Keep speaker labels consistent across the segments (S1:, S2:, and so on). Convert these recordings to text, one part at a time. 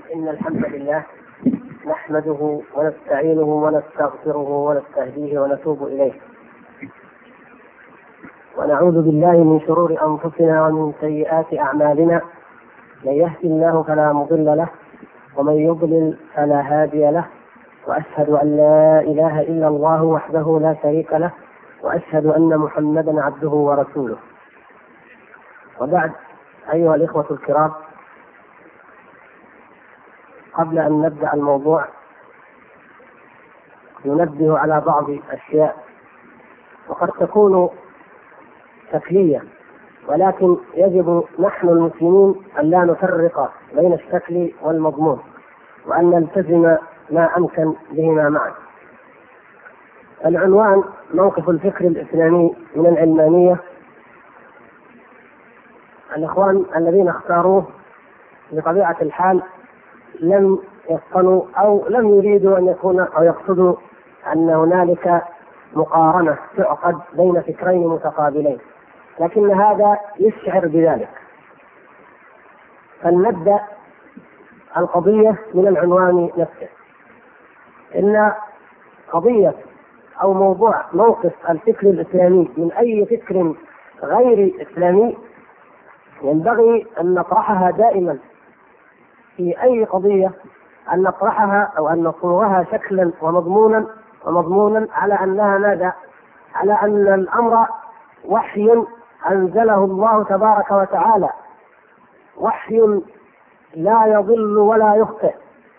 S1: إن الحمد لله نحمده ونستعينه ونستغفره ونستهديه ونتوب إليه، ونعوذ بالله من شرور أنفسنا ومن سيئات أعمالنا. من يهد الله فلا مضل له، ومن يضلل فلا هادي له، وأشهد أن لا إله إلا الله وحده لا شريك له، وأشهد أن محمدا عبده ورسوله. وبعد، أيها الإخوة الكرام، قبل أن نبدأ الموضوع ننبه على بعض الأشياء، وقد تكون شكلية، ولكن يجب نحن المسلمين أن لا نفرق بين الشكل والمضمون، وأن نلتزم ما أمكن بهما معا. العنوان: موقف الفكر الإسلامي من العلمانية. الإخوان الذين اختاروه بطبيعة الحال لم يفطنوا أو لم يريدوا أن يكون أو يقصدوا أن هنالك مقارنة تعقد بين فكرين متقابلين، لكن هذا يشعر بذلك. فلنبدأ القضية من العنوان نفسه. إن قضية أو موقف الفكر الإسلامي من أي فكر غير إسلامي ينبغي أن نطرحها دائما في أي قضية، أن نطرحها أو أن نصورها شكلا ومضمونا على أنها ماذا؟ على أن الأمر وحي أنزله الله تبارك وتعالى، وحي لا يضل ولا يخطئ،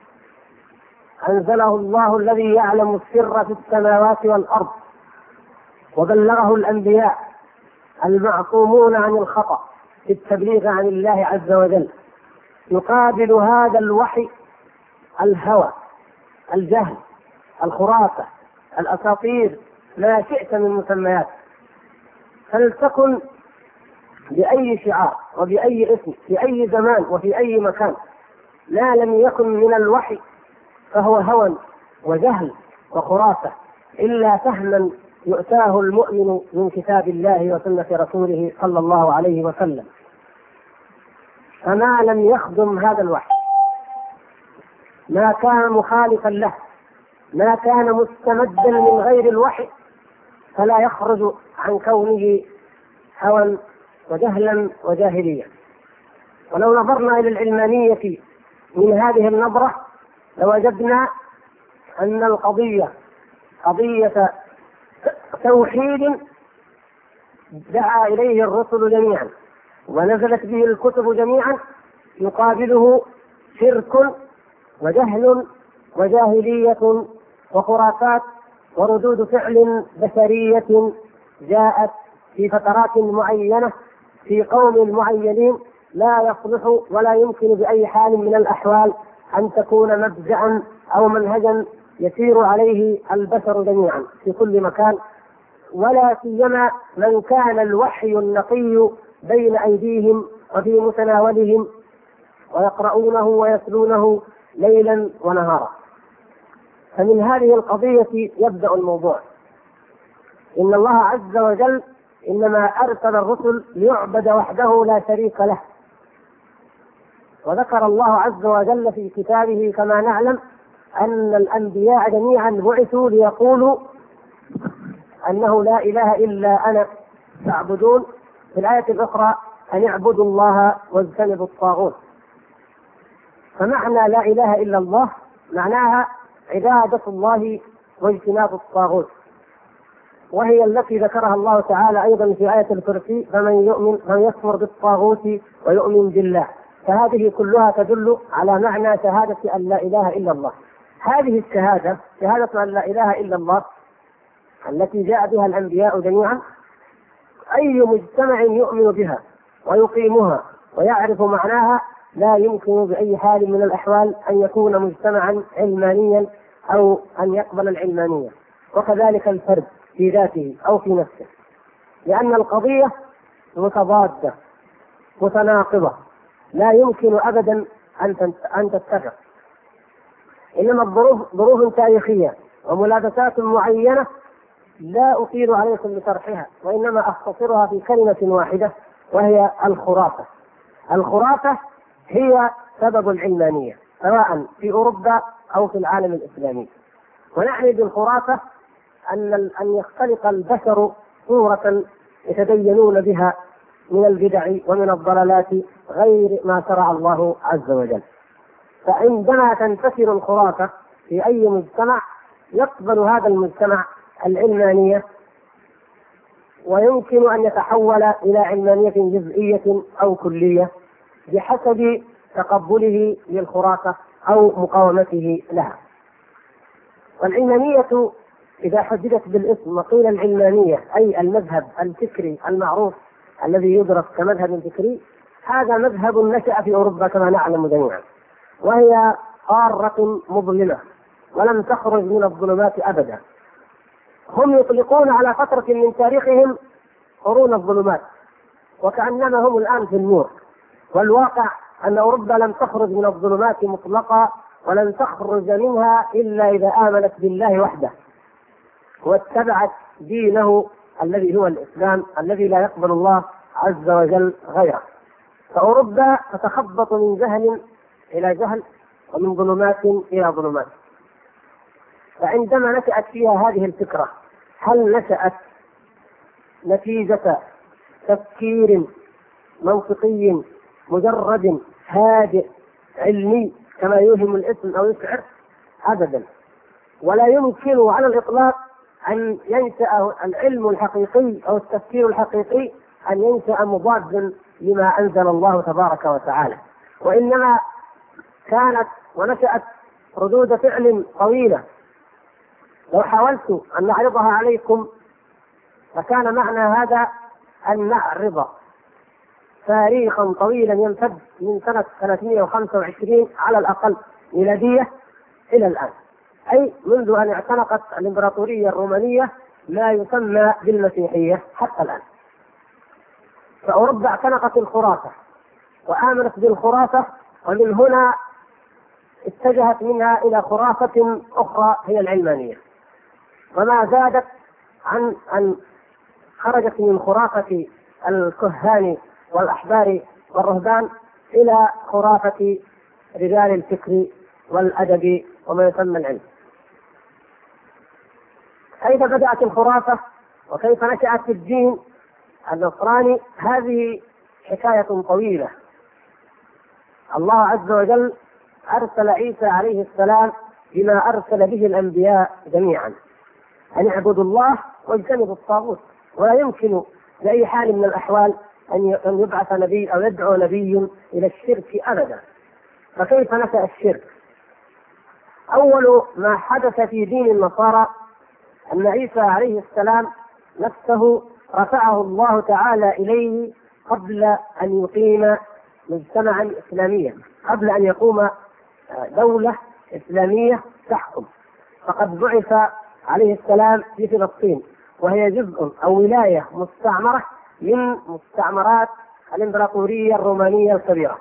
S1: أنزله الله الذي يعلم السر في السماوات والأرض، وبلغه الأنبياء المعصومون عن الخطأ في التبليغ عن الله عز وجل. يقابل هذا الوحي الهوى، الجهل، الخرافة، الأساطير، ما شئت من مسميات، فلتكن بأي شعار وبأي اسم في أي زمان وفي أي مكان، ما لم يكن من الوحي فهو هوى وجهل وخرافة، إلا فهما يؤتاه المؤمن من كتاب الله وسنة رسوله صلى الله عليه وسلم. فما لم يخدم هذا الوحي، ما كان مخالفا له، ما كان مستمدا من غير الوحي، فلا يخرج عن كونه هوى وجهلا وجاهلية. ولو نظرنا إلى العلمانية من هذه النظرة لوجدنا أن القضية قضية توحيد دعا إليه الرسل جميعا ونزلت به الكتب جميعا، يقابله شرك وجهل وجاهلية وخرافات وردود فعل بشرية جاءت في فترات معينة في قوم معينين، لا يصلح ولا يمكن بأي حال من الأحوال أن تكون مبدأ أو منهجا يسير عليه البشر جميعا في كل مكان، ولا سيما من كان الوحي النقي بين أيديهم وفي متناولهم ويقرؤونه ويتلونه ليلا ونهارا. فمن هذه القضية يبدأ الموضوع. إن الله عز وجل إنما أرسل الرسل ليعبد وحده لا شريك له، وذكر الله عز وجل في كتابه كما نعلم أن الأنبياء جميعا بعثوا ليقولوا أنه لا إله إلا أنا فاعبدون، في الآية الأخرى أن اعبدوا الله واجتنبوا الطاغوت. فمعنى لا إله إلا الله معناها عبادة الله واجتناب الطاغوت، وهي التي ذكرها الله تعالى أيضا في آية الكرسي: من يكفر بالطاغوت ويؤمن بالله. فهذه كلها تدل على معنى شهادة أن لا إله إلا الله. هذه الشهادة، شهادة أن لا إله إلا الله التي جاء بها الأنبياء جميعا، أي مجتمع يؤمن بها ويقيمها ويعرف معناها لا يمكن بأي حال من الأحوال أن يكون مجتمعا علمانيا أو أن يقبل العلمانية، وكذلك الفرد في ذاته أو في نفسه، لأن القضية متضادة متناقضة، لا يمكن أبدا أن تتفق. إنما ظروف تاريخية وملابسات معينة لا أطيل عليكم بشرحها، وإنما أختصرها في كلمة واحدة، وهي الخرافة. الخرافة هي سبب العلمانية، سواء في أوروبا أو في العالم الإسلامي. ونعني بالخرافة أن يختلق البشر صورة يتدينون بها من البدع ومن الضلالات غير ما شرع الله عز وجل. فعندما تنتشر الخرافة في أي مجتمع يقبل هذا المجتمع العلمانية، ويمكن أن يتحول إلى علمانية جزئية أو كلية بحسب تقبله للخرافة أو مقاومته لها. والعلمانية إذا حددت بالاسم وقيل العلمانية أي المذهب الفكري المعروف الذي يدرس كمذهب فكري، هذا مذهب نشأ في أوروبا كما نعلم جميعا، وهي قارة مظلمة ولم تخرج من الظلمات أبدا. هم يطلقون على فترة من تاريخهم قرون الظلمات وكأنما هم الآن في النور، والواقع أن أوروبا لم تخرج من الظلمات مطلقا، ولن تخرج منها إلا إذا آمنت بالله وحده واتبعت دينه الذي هو الإسلام الذي لا يقبل الله عز وجل غيره. فأوروبا تتخبط من جهل إلى جهل ومن ظلمات إلى ظلمات. فعندما نشأت فيها هذه الفكرة، هل نشأت نتيجة تفكير منطقي مجرد هادئ علمي كما يوهم الاسم أو يشعر؟ أبدا. ولا يمكن على الإطلاق أن ينشأ العلم الحقيقي أو التفكير الحقيقي أن ينشأ مضادا لما أنزل الله تبارك وتعالى، وإنما كانت ونشأت ردود فعل طويلة لو حاولت أن نعرضها عليكم فكان معنى هذا أن نعرض تاريخا طويلا يمتد من سنة 325 على الأقل ميلادية إلى الآن، أي منذ أن اعتنقت الإمبراطورية الرومانية ما يسمى بالمسيحية حتى الآن. فأوروبا اعتنقت الخرافة وآمنت بالخرافة، ومن هنا اتجهت منها إلى خرافة أخرى هي العلمانية، وما زادت عن أن خرجت من خرافة الكهان والأحبار والرهبان إلى خرافة رجال الفكر والأدب وما يسمى العلم. كيف بدأت الخرافة وكيف نشأت في الدين النصراني؟ هذه حكاية طويلة. الله عز وجل أرسل عيسى عليه السلام بما أرسل به الأنبياء جميعا، أن اعبدوا الله واجتنبوا الطاغوت، ولا يمكن بأي حال من الأحوال أن يبعث نبي أو يدعو نبي إلى الشرك أبدا. فكيف نشأ الشرك؟ أول ما حدث في دين النصارى أن عيسى عليه السلام نفسه رفعه الله تعالى إليه قبل أن يقيم مجتمعا إسلاميا، قبل أن يقوم دولة إسلامية تحكم. فقد بعث عليه السلام في فلسطين، وهي جزء أو ولاية مستعمرة من مستعمرات الإمبراطورية الرومانية الكبيرة.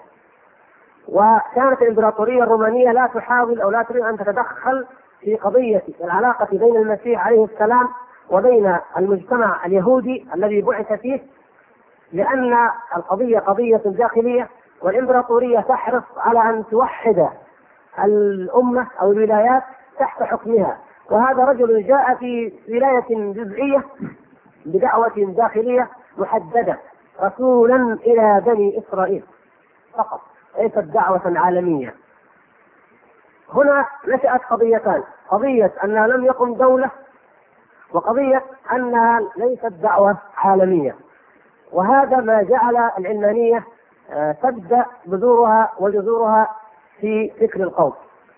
S1: وكانت الإمبراطورية الرومانية لا تحاول أو لا تريد أن تتدخل في قضية العلاقة بين المسيح عليه السلام وبين المجتمع اليهودي الذي بعث فيه، لأن القضية قضية داخلية، والإمبراطورية تحرص على أن توحد الأمة أو الولايات تحت حكمها. وهذا رجل جاء في ولاية جزئية بدعوة داخلية محددة، رسولا إلى بني إسرائيل فقط، ليست دعوة عالمية. هنا نشأت قضيتان: قضية أنها لم يقم دولة، وقضية أنها ليست دعوة عالمية. وهذا ما جعل العلمانية تبدأ بذورها وجذورها في فكر القوم.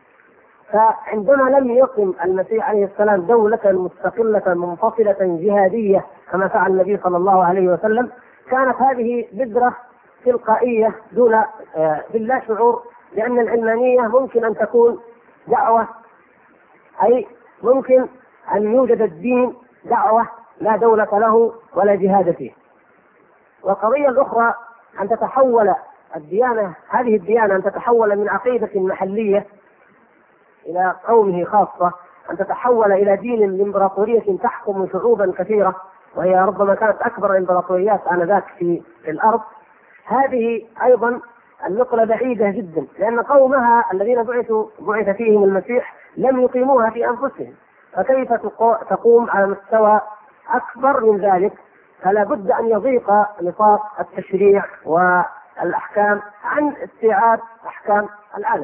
S1: فعندما لم يقم المسيح عليه السلام دولة مستقلة منفصلة جهادية كما فعل النبي صلى الله عليه وسلم، كانت هذه بذرة تلقائية دون باللا شعور، لأن العلمانية ممكن أن تكون دعوة، أي ممكن أن يوجد الدين دعوة لا دولة له ولا جهاد فيه. والقضية الأخرى أن تتحول الديانة، هذه الديانة أن تتحول من عقيدة محلية إلى قومه خاصة، أن تتحول إلى دين لإمبراطورية تحكم شعوبا كثيرة، وهي ربما كانت أكبر الإمبراطوريات آنذاك في الأرض. هذه أيضا النقلة بعيدة جدا، لأن قومها الذين بعث فيهم المسيح لم يقيموها في أنفسهم، فكيف تقوم على مستوى أكبر من ذلك؟ فلا بد أن يضيق نطاق التشريع والأحكام عن استيعاب أحكام العالم.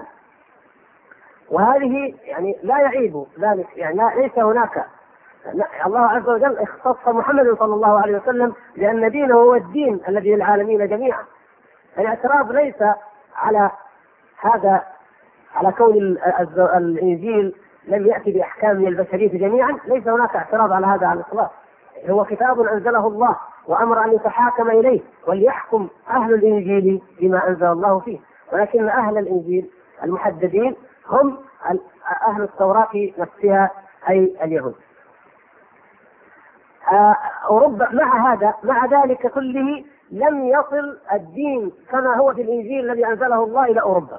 S1: وهذه يعني لا يعيب ذلك، يعني ليس هناك، الله عز وجل اختص محمد صلى الله عليه وسلم لأن دينه هو الدين الذي للعالمين جميعا. الاعتراض ليس على هذا، على كون الإنجيل لم يأتي بأحكام للبشرية جميعا، ليس هناك اعتراض على هذا على الإطلاق. هو كتاب أنزله الله وأمر أن يتحاكم إليه، وليحكم أهل الإنجيل بما أنزل الله فيه، ولكن أهل الإنجيل المحددين هم أهل التوراة نفسها أي اليهود. أوروبا مع ذلك كله لم يصل الدين كما هو في الإنجيل الذي أنزله الله إلى أوروبا،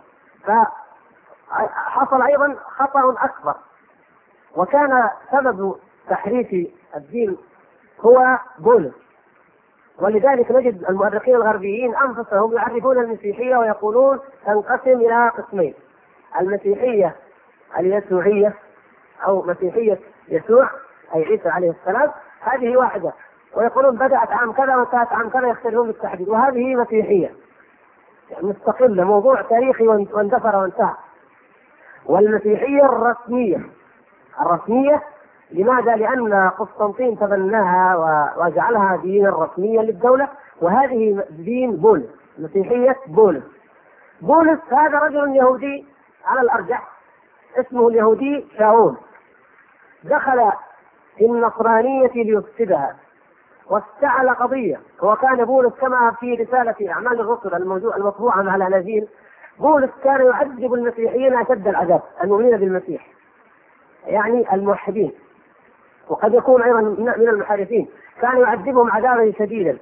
S1: فحصل أيضا خطأ أكبر، وكان سبب تحريف الدين هو بولس. ولذلك نجد المؤرخين الغربيين أنفسهم يعرفون المسيحية ويقولون تنقسم إلى قسمين: المسيحية اليسوعية أو مسيحية يسوع أي عيسى عليه السلام، هذه واحدة، ويقولون بدأت عام كذا وانتهت عام كذا، يختلفون بالتحديد، وهذه مسيحية يعني مستقلة، موضوع تاريخي واندثر وانتهى. والمسيحية الرسمية لماذا؟ لأن قسطنطين تبناها وجعلها دينا رسميا للدولة، وهذه دين بولس، مسيحية بولس. بولس هذا رجل يهودي على الأرجح، اسمه اليهودي شاول، دخل في النصرانية ليفسدها واستعل قضية. وكان بولس كما في رسالة أعمال الرسل المطبوعة مع الأناجيل، بولس كان يعذب المسيحيين أشد العذاب، المؤمنين بالمسيح يعني الموحدين، وقد يكون أيضا من المحارفين، كان يعذبهم عذابا شديدا.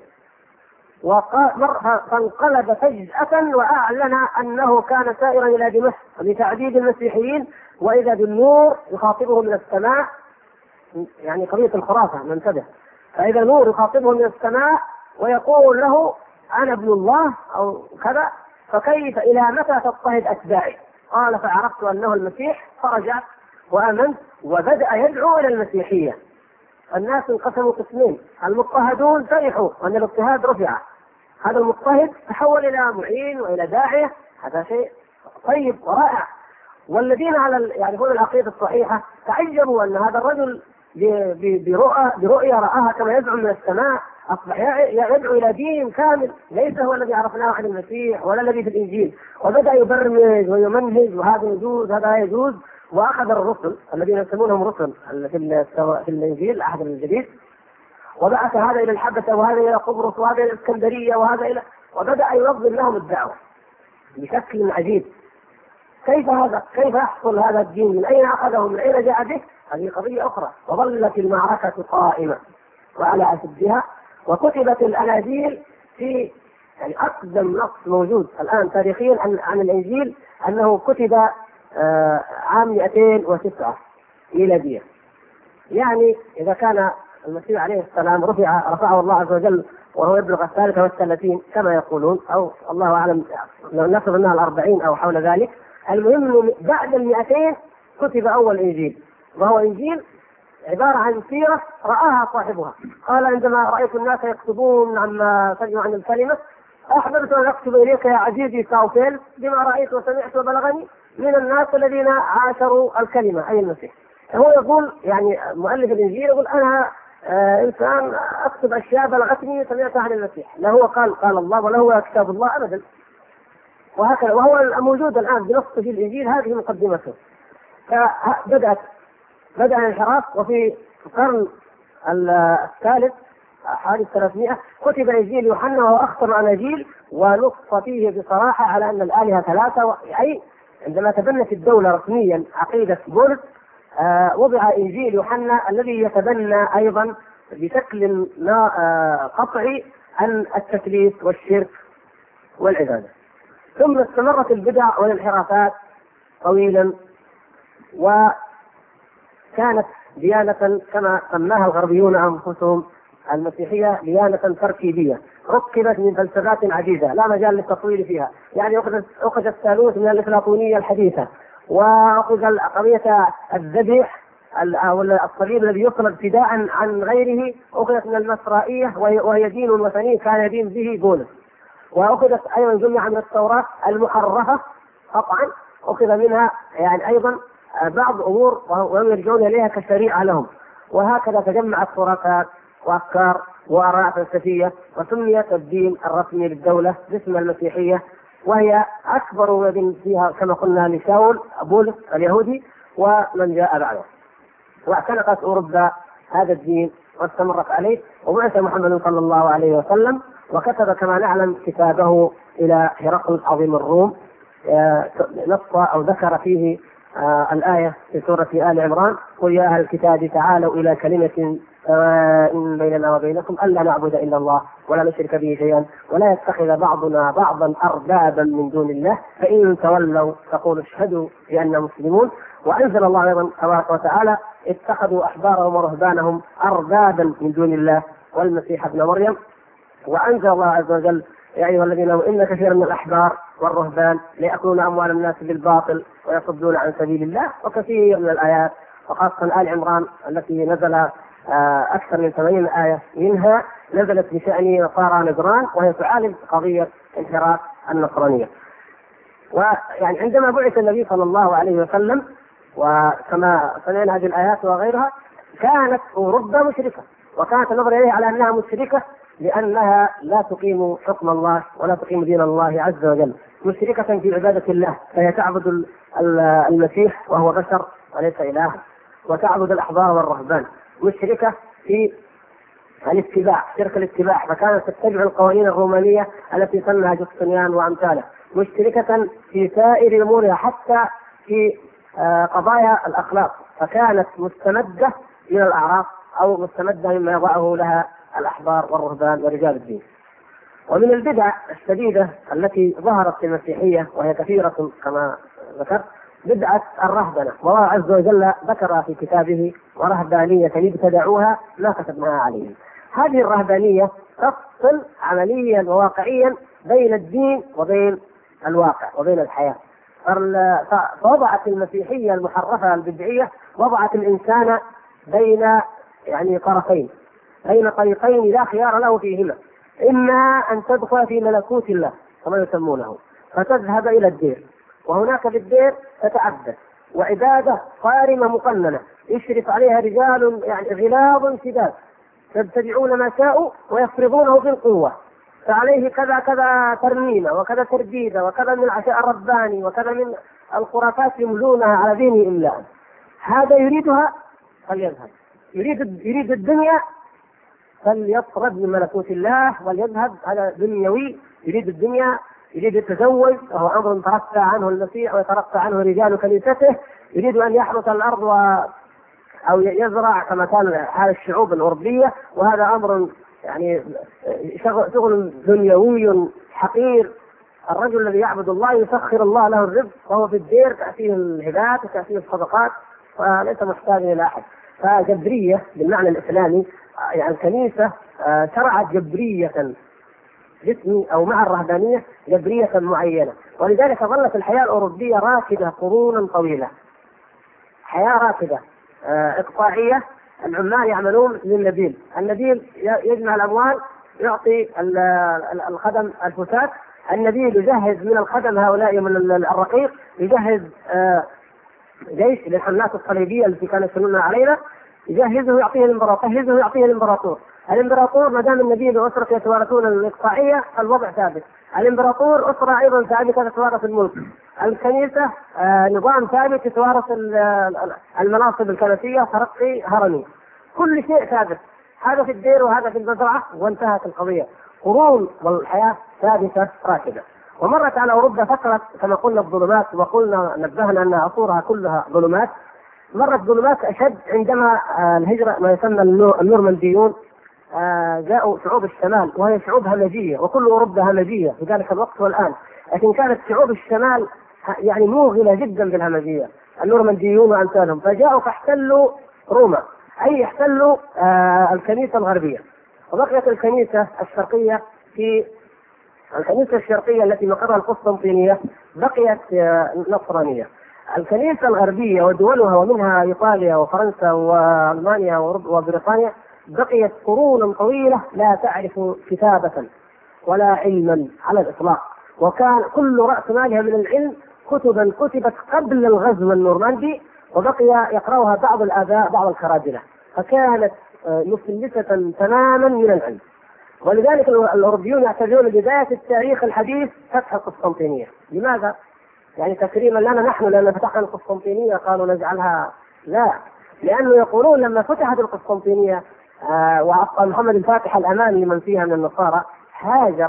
S1: فانقلب فجأة وأعلن أنه كان سائرا إلى دمشق لتعذيب المسيحيين، وإذا بالنور يخاطبه من السماء، يعني قضية الخرافة منتبه، فإذا نور يخاطبه من السماء ويقول له أنا ابن الله أو كذا، فكيف إلى متى تضطهد أتباعي؟ قال فعرفت أنه المسيح فرجعت وآمنت، وبدأ يدعو إلى المسيحية. الناس انقسموا قسمين: المضطهدون فرحوا أن الاضطهاد رفع، هذا المضطهد تحول إلى معين وإلى داعية، هذا شيء طيب ورائع. والذين يعرفون العقيدة الصحيحة تعجبوا أن هذا الرجل برؤية رآها كما يزعم من السماء أصبح يدعو إلى دين كامل ليس هو الذي عرفناه عن المسيح ولا الذي في الإنجيل، وبدأ يبرمج ويمنهج وهذا يجوز هذا لا يجوز. وأخذ الرسل الذين يسمونهم رسل في الإنجيل العهد الجديد، وبعث هذا إلى الحبشة وهذا إلى قبرص وهذا إلى الإسكندرية وهذا إلى، وبدأ ينظم لهم الدعوة بشكل عجيب. كيف يحصل هذا الدين؟ من أين أخذه؟ من أين جاء به؟ هذه قضية أخرى. وظلت المعركة قائمة وعلى أشدها، وكتبت الأناجيل في يعني أقدم نص موجود الآن تاريخيا عن الإنجيل أنه كتب عام 209 ميلادية. يعني إذا كان المسيح عليه السلام رفعه الله عز وجل وهو يبلغ 33 كما يقولون، أو الله أعلم نفرض أنها 40 أو حول ذلك، المهم بعد 200 كتب أول إنجيل، وهو إنجيل عبارة عن سيرة رآها صاحبها. قال عندما رأيت الناس يكتبون عما سمعوا عن الكلمة أحببت أن أكتب إليك يا عزيزي ساوفيل بما رأيت وسمعت وبلغني من الناس الذين عاشروا الكلمة أي المسيح. هو يقول يعني مؤلف الإنجيل يقول أنا إنسان أكتب أشياء بلغتني وسمعتها عن المسيح، لا هو قال الله ولا هو كتاب الله أبدا. وهكذا، وهو موجود الآن بنص في الإنجيل، هذه مقدمته. فبدأ الانحراف، وفي القرن الثالث حوالي 300 كتب إنجيل يوحنا وهو أخطر الأناجيل، ونص فيه بصراحة على أن الآلهة ثلاثة. أي عندما تبنت الدولة رسميا عقيدة بولس وضع إنجيل يوحنا الذي يتبنى أيضا بشكل قطعي عن التثليث والشرك والعبادة. ثم استمرت البدع والانحرافات طويلا، وكانت ديانة كما سماها الغربيون أنفسهم المسيحية ديانة تركيبية ركبت من فلسفات عديدة لا مجال للتطويل فيها، يعني أخذ الثالوث من الأفلاطونية الحديثة، وأخذ قضية الذبح أو الصليب الذي يصل ابتداء عن غيره أخذت من المسرائية وهي دين وثني كان يدين به بولس، وأخذت أيضا جملة من التوراة المحرفة قطعا أخذ منها يعني أيضا بعض أمور وهم يرجعون إليها كشريعة لهم، وهكذا تجمعت خرافات وأفكار وآراء فلسفية وسميت الدين الرسمي للدولة باسم المسيحية، وهي أكبر ولد فيها كما قلنا لشاول بولس اليهودي ومن جاء بعده. واعتنقت أوروبا هذا الدين واستمرت عليه، وبعث محمد صلى الله عليه وسلم وكتب كما نعلم كتابه إلى هرقل عظيم الروم، نص أو ذكر فيه الآية في سورة آل عمران: قل يا أهل الكتاب تعالوا إلى كلمة سواء بيننا وبينكم ألا نعبد إلا الله ولا نشرك به شيئا ولا يتخذ بعضنا بعضا أربابا من دون الله فإن تولوا فقولوا اشهدوا بأننا مسلمون. وأنزل الله أيضا تبارك وتعالى: اتخذوا أحبارهم ورهبانهم أربابا من دون الله والمسيح ابن مريم. وأنزل الله عز وجل: يا أيها الذين آمنوا إن كثيرا من الأحبار والرهبان ليأكلون أموال الناس بالباطل ويصدون عن سبيل الله، وكثير من الآيات وخاصة آل عمران التي نزل أكثر من 80 آية منها نزلت بشأن نصارى نجران، وهي تعالج قضية انحراف النصرانية. ويعني عندما بعث النبي صلى الله عليه وسلم وكما سمعنا هذه الآيات وغيرها كانت أوروبا مشركة، وكانت النظر إليها على أنها مشركة لأنها لا تقيم حكم الله ولا تقيم دين الله عز وجل، مشركة في عبادة الله، فهي تعبد المسيح وهو بشر وليس إله، وتعبد الأحبار والرهبان، مشركة في الاتباع شرك الاتباع، فكانت تتبع القوانين الرومانية التي سنها جسطنيان وأمثاله، مشتركة في سائر أمورها حتى في قضايا الأخلاق، فكانت مستمدة من الأعراف أو مستمدة مما يضعه لها الأحبار والرهبان ورجال الدين. ومن البدع الشديدة التي ظهرت في المسيحية وهي كثيرة كما ذكرت بدعة الرهبنة، والله عز وجل ذكر في كتابه: ورهبانية ابتدعوها ما كتبناها عليهم. هذه الرهبانية تفصل عمليا وواقعيا بين الدين وبين الواقع وبين الحياة، فوضعت المسيحية المحرفة البدعية وضعت الإنسان بين يعني طرفين، بين طريقين لا خيار له فيهما، إما أن تدخل في ملكوت الله كما يسمونه فتذهب إلى الدير، وهناك في الدير تتعبد وعبادة صارمة مقننة يشرف عليها رجال يعني غلاظ شداد يبتدعون ما شاءوا ويفرضونه بالقوة، فعليه كذا كذا ترنيمة وكذا ترديدة وكذا من العشاء الرباني وكذا من الخرافات يملونها على دين إملاء. هذا يريدها فليذهب، يريد الدنيا فليطرد من ملكوت الله وليذهب، هذا دنيوي يريد الدنيا، يريد التزوج وهو أمر ترفع عنه المسيح ويترفع عنه رجال كنيسته، يريد أن يحرث الأرض أو يزرع كما كان حال الشعوب الأوروبية، وهذا أمر يعني شغل دنيوي حقير. الرجل الذي يعبد الله يسخر الله له الرزق وهو في الدير تأتيه الهبات وتأتيه الصدقات وليس محتاج إلى أحد. فجبرية بالمعنى الإسلامي، يعني الكنيسة شرعت جبرية باسم أو مع الرهبانية جبرية معينة، ولذلك ظلت الحياة الأوروبية راكدة قرونا طويلة، حياة راكدة إقطاعية. العمال يعملون للنبيل، النبيل يجمع الأموال يعطي الخدم الفتات، النبيل يجهز من الخدم هؤلاء من الرقيق، يجهز جيش للحملات الصليبية التي كانت يسنونها علينا، يجهزه يعطيه الإمبراطور. الإمبراطور ما دام النبيل وأسرته يتوارثون الإقطاعية الوضع ثابت، الإمبراطور أسرة أيضا ثابتة تتوارث الملك، الكنيسة نظام ثابت يتوارث المناصب الكنسية ترقي هرمي، كل شيء ثابت، هذا في الدير وهذا في المزرعة وانتهت القضية، قرون والحياة ثابتة راكدة. ومرت على أوروبا فترة كما قلنا الظلمات، وقلنا نبهنا أن عصورها كلها ظلمات، مرت ظلمات أشد عندما الهجرة ما يسمى النورمانديون جاءوا شعوب الشمال، وهي شعوب همجية وكل أوروبا همجية في ذلك الوقت والآن، لكن كانت شعوب الشمال يعني موغلة جدا بالهمجية، النورمانديون وأمثالهم، فجاءوا فاحتلوا روما، أي احتلوا الكنيسة الغربية، وبقيت الكنيسة الشرقية الكنيسة الشرقية التي مقرها القسطنطينية بقيت نصرانية. الكنيسة الغربية ودولها ومنها إيطاليا وفرنسا وألمانيا وبريطانيا بقيت قرونا طويلة لا تعرف كتابة ولا علما على الإطلاق، وكان كل رأس مالها من العلم كتبا كتبت قبل الغزو النورماندي وبقي يقرأها بعض الآباء بعض الكرادلة، فكانت مفلسة تماما من العلم. ولذلك الأوروبيون يعتبرون بداية التاريخ الحديث فتح القسطنطينية. لماذا؟ يعني تكريما لنا نحن لأن فتحنا القسطنطينية قالوا نجعلها، لا، لأنه يقولون لما فتحت القسطنطينية وأعطى محمد الفاتح الأمان لمن فيها من النصارى، هاجر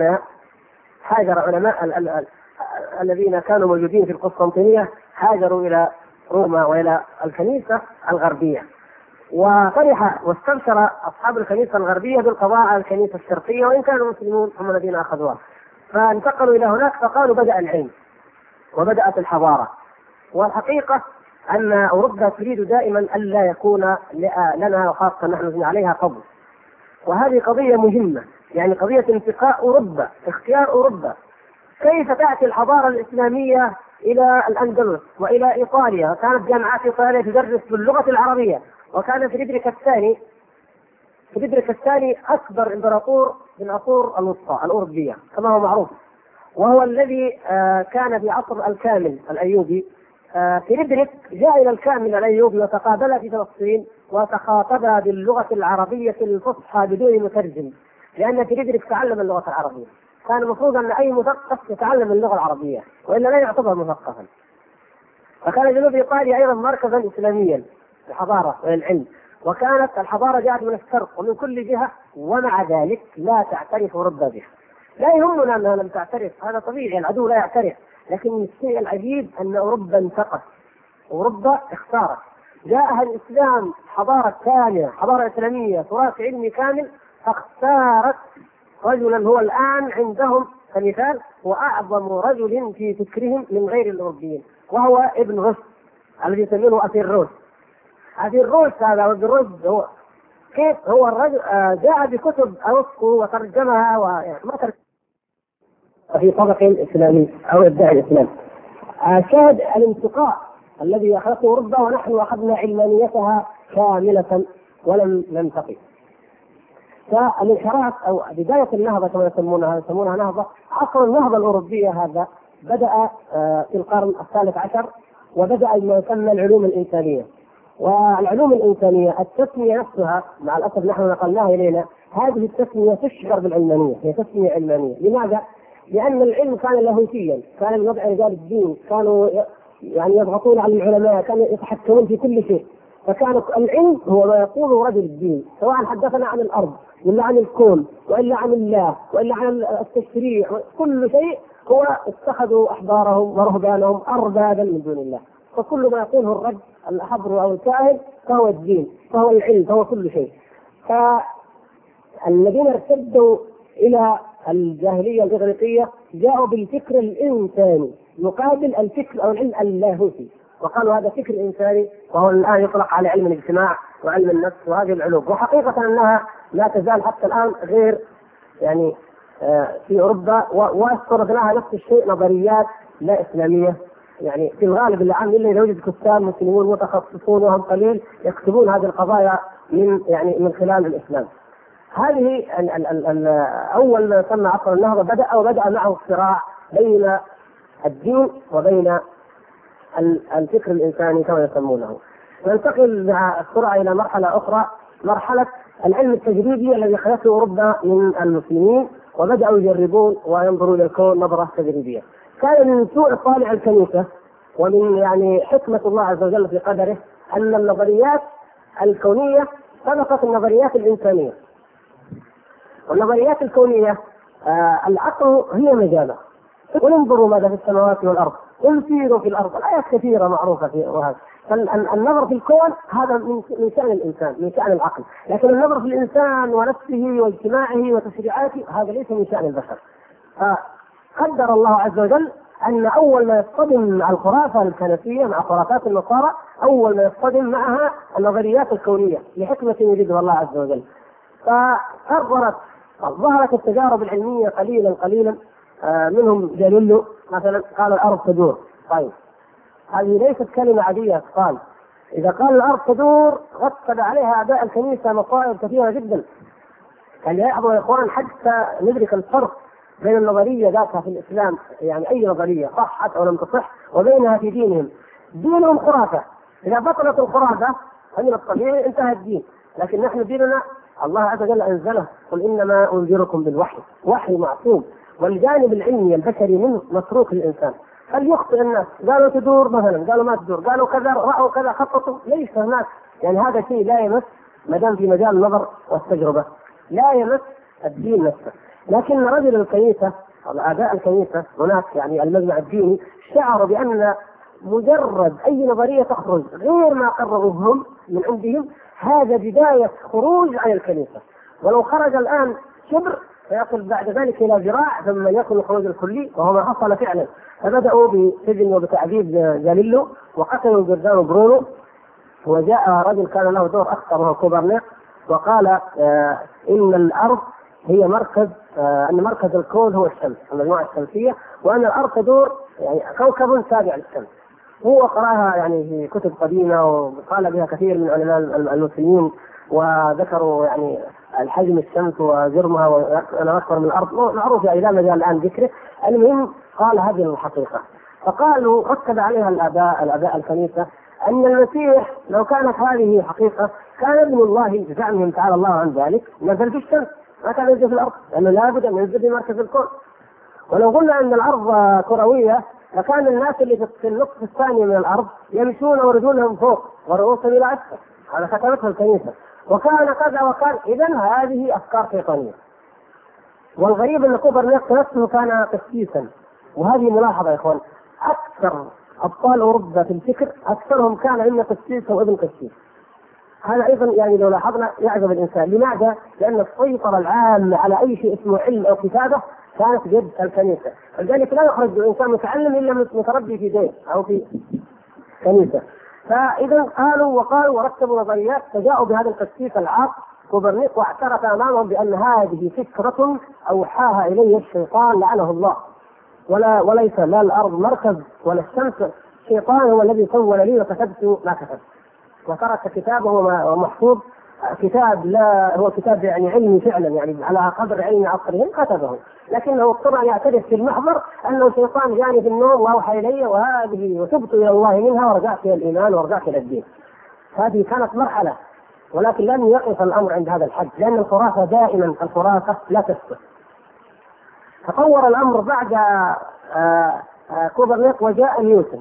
S1: علماء الذين كانوا موجودين في القسطنطينية هاجروا إلى روما وإلى الكنيسة الغربية، وفرح واستبشر أصحاب الكنيسة الغربية بالقضاء على الكنيسة الشرقية وإن كانوا المسلمون هم الذين أخذوها، فانتقلوا إلى هناك فقالوا بدأ العلم وبدأت الحضارة. والحقيقة أن أوروبا تريد دائما ألا يكون لنا وخاصة نحن عليها فضل، وهذه قضية مهمة، يعني قضية انتقاء أوروبا، اختيار أوروبا. كيف تأتي الحضارة الإسلامية إلى الأندلس وإلى إيطاليا؟ كانت جامعات إيطاليا تدرس باللغة العربية، وكان فريدريك الثاني أكبر إمبراطور من عصور الوسطى الأوروبية كما هو معروف، وهو الذي كان في عصر الكامل الأيوبي. فريدريك جاء إلى الكامل الأيوبي وتقابل في فلسطين وتخاطبا باللغة العربية الفصحى بدون مترجم، لأن فريدريك تعلم اللغة العربية. كان المفروض أن أي مثقف يتعلم اللغة العربية وإلا لا يعتبر مثقفا. فكان جنوب إيطاليا أيضا مركزا إسلاميا للحضارة والعلم، وكانت الحضارة جاءت من الشرق ومن كل جهة، ومع ذلك لا تعترف أوروبا بها. لا يهمنا أنها لم تعترف، هذا طبيعي، العدو لا يعترف، لكن الشيء العجيب أن أوروبا انتقت، أوروبا اختارت، جاءها الإسلام حضارة كاملة، حضارة إسلامية تراث علمي كامل، فاختارت رجلا هو الآن عندهم كمثال هو أعظم رجل في فكرهم من غير الأوروبيين، وهو ابن رشد الذي يسمونه أثيروس. هذا ابن رشد هو كيف هو الرجل جاء بكتب أرسطو وترجمها وما في طبق إسلامي أو إبداع الإسلام. شاهد الانتقاء الذي أخذته أوروبا، ونحن أخذنا علمانيتها كاملة ولم ننتقي. فالانحراف أو بداية النهضة كما يسمونها نهضة، عصر النهضة الأوروبية هذا بدأ في القرن الثالث عشر، وبدأ ما يسمى العلوم الإنسانية. والعلوم الإنسانية التسمية نفسها مع الأسف نحن نقلناها إلينا، هذه التسمية تشعر بالعلمانية، هي تسمية علمانية. لماذا؟ لأن العلم كان لاهوتيا، كان من وضع رجال الدين، كانوا يعني يضغطون على العلماء، كانوا يتحكمون في كل شيء. فكان العلم هو ما يقوله رجل الدين، سواء حدثنا عن الأرض ولا عن الكون وإلا عن الله وإلا عن التشريع، كل شيء هو اتخذوا أحبارهم ورهبانهم أربابا من دون الله. فكل ما يقوله الرجل الحبر أو الكاهن فهو الدين، فهو العلم، فهو كل شيء. فالذين ارتدوا إلى الجاهلية الإغريقية جاءوا بالفكر الإنساني مقابل الفكر أو العلم اللاهوتي، وقالوا هذا فكر إنساني، وهو الآن يطلق على علم الاجتماع وعلم النفس وهذه العلوم. وحقيقة أنها لا تزال حتى الآن غير يعني في أوروبا، وأصدرت لها نفس الشيء نظريات لا إسلامية، يعني في الغالب العام إلا إذا وجد كتاب مسلمون متخصصون وهم قليل يكتبون هذه القضايا من خلال الإسلام. هذه أول ما يسمى عصر النهضة بدأ معه الصراع بين الدين وبين الفكر الإنساني كما يسمونه. ننتقل مع السرعة إلى مرحلة أخرى، مرحلة العلم التجريبي الذي أخذته أوروبا من المسلمين، وبدأوا يجربون وينظروا إلى الكون نظرة تجريبية. كان من سوء طالع الكنيسة ومن يعني حكمة الله عز وجل في قدره أن النظريات الكونية سبقت النظريات الإنسانية. والنظريات الكونية العقل هي مجاله، قل انظروا ماذا في السماوات والأرض، قل سيروا في الأرض، الآيات كثيرة معروفة في وهذا. فالنظر في الكون هذا من شأن الإنسان، من شأن العقل، لكن النظر في الإنسان ونفسه واجتماعه وتشريعاته هذا ليس من شأن البشر. قدر الله عز وجل أن أول ما يصطدم مع الخرافة الكنسية مع خرافات النصارى، أول ما يصطدم معها النظريات الكونية لحكمة يريدها الله عز وجل. فقررت ظهرت التجارب العلمية قليلا قليلا. منهم جاليليو مثلا قال الأرض تدور. طيب هذه ليست كلمة عادية. قال إذا قال الأرض تدور رتب عليها أعداء الكنيسة مصائب كثيرة جدا. كان يحضر يا إخوان حتى ندرك الفرق بين النظرية ذاتها في الإسلام، يعني أي نظرية صحت أو لم تصح، وبينها في دينهم. دينهم خرافة، إذا بطلت الخرافة فمن الطبيعي انتهى الدين. لكن نحن ديننا الله عز وجل أنزله، قل إنما أنذركم بالوحي، وحي معصوم، والجانب العلمي البشري منه متروك للإنسان. هل يخطئ الناس؟ قالوا تدور مثلا، قالوا ما تدور، قالوا كذا، رأوا كذا، خططوا، ليس هناك يعني هذا شيء لا يمس ما دام في مجال النظر والتجربة، لا يمس الدين نفسه. لكن رجل الكنيسة أو أعداء الكنيسة هناك يعني المجمع الديني شعروا بأن مجرد أي نظرية تخرج غير ما قرروه هم من عندهم هذا بداية خروج عن الكنيسة، ولو خرج الآن شبر فيصل بعد ذلك إلى ذراع ثم يكون الخروج الكلي، وهو ما حصل فعلا. فبدأوا بسجن وبتعذيب جاليليو وقتلوا جوردانو برونو. وجاء رجل كان له دور أكثر وهو كوبرنيك وقال إن الأرض هي مركز، أن مركز الكون هو الشمس، المجموعة الشمسية، وأن الأرض تدور يعني كوكب تابع للشمس. هو قراها يعني في كتب قديمة وقال بها كثير من علماء المسلمين، وذكروا يعني الحجم الشمس وجرمها وأنا أكبر من الأرض، معروف يعني لا مجال الآن ذكره. المهم قال هذه الحقيقة. فقالوا ركب عليها الآباء الكنيسة أن المسيح لو كانت هذه حقيقة كان ابن الله بزعمهم تعالى الله عن ذلك نزل في الشمس، ما كان ينزل في الأرض، لأنه لابد أن ينزل في مركز الكون. ولو قلنا أن الأرض كروية فكان الناس اللي في النصف الثاني من الأرض يمشون ورجولهم فوق ورؤوسهم إلى أسفل، هذا كتبته الكنيسة. وكان كذا وكان، إذن هذه أفكار شيطانية. والغريب أن كوبرنيك نفسه كان قسيسا، وهذه ملاحظة يا إخوان، أكثر أبطال أوروبا في الفكر أكثرهم كان إما قسيس أو ابن قسيس. هذا أيضا يعني لو لاحظنا يعجب الإنسان. لماذا؟ لأن السيطرة العامة على أي شيء اسمه علم أو كتابة كانت بيد الكنيسة، لذلك لا يخرج الإنسان متعلم إلا متربي في دين أو في كنيسة. فإذا قالوا ورتبوا نظريات، فجاءوا بهذا القسيس العاق كوبرنيك واعترف أمامهم بأن هذه فكرة أوحاها إليه الشيطان لعنه الله، وليس لا الأرض مركز ولا الشمس، الشيطان هو الذي سول لي وكتبت ما كتبت. وترك كتابه ومحفوظ كتاب لا هو كتاب يعني علمي فعلا، يعني على قدر علم عصرهم كتبه، لكنه اضطر ان يعترف في المحضر انه شيطان جاني في النوم واوحى الي وهذه وتبت الى الله منها ورجعت الى الايمان ورجعت الى الدين. هذه كانت مرحله، ولكن لم يقف الامر عند هذا الحد، لان الخرافه دائما الخرافه لا تثبت. تطور الامر بعد كوبرنيك وجاء نيوتن.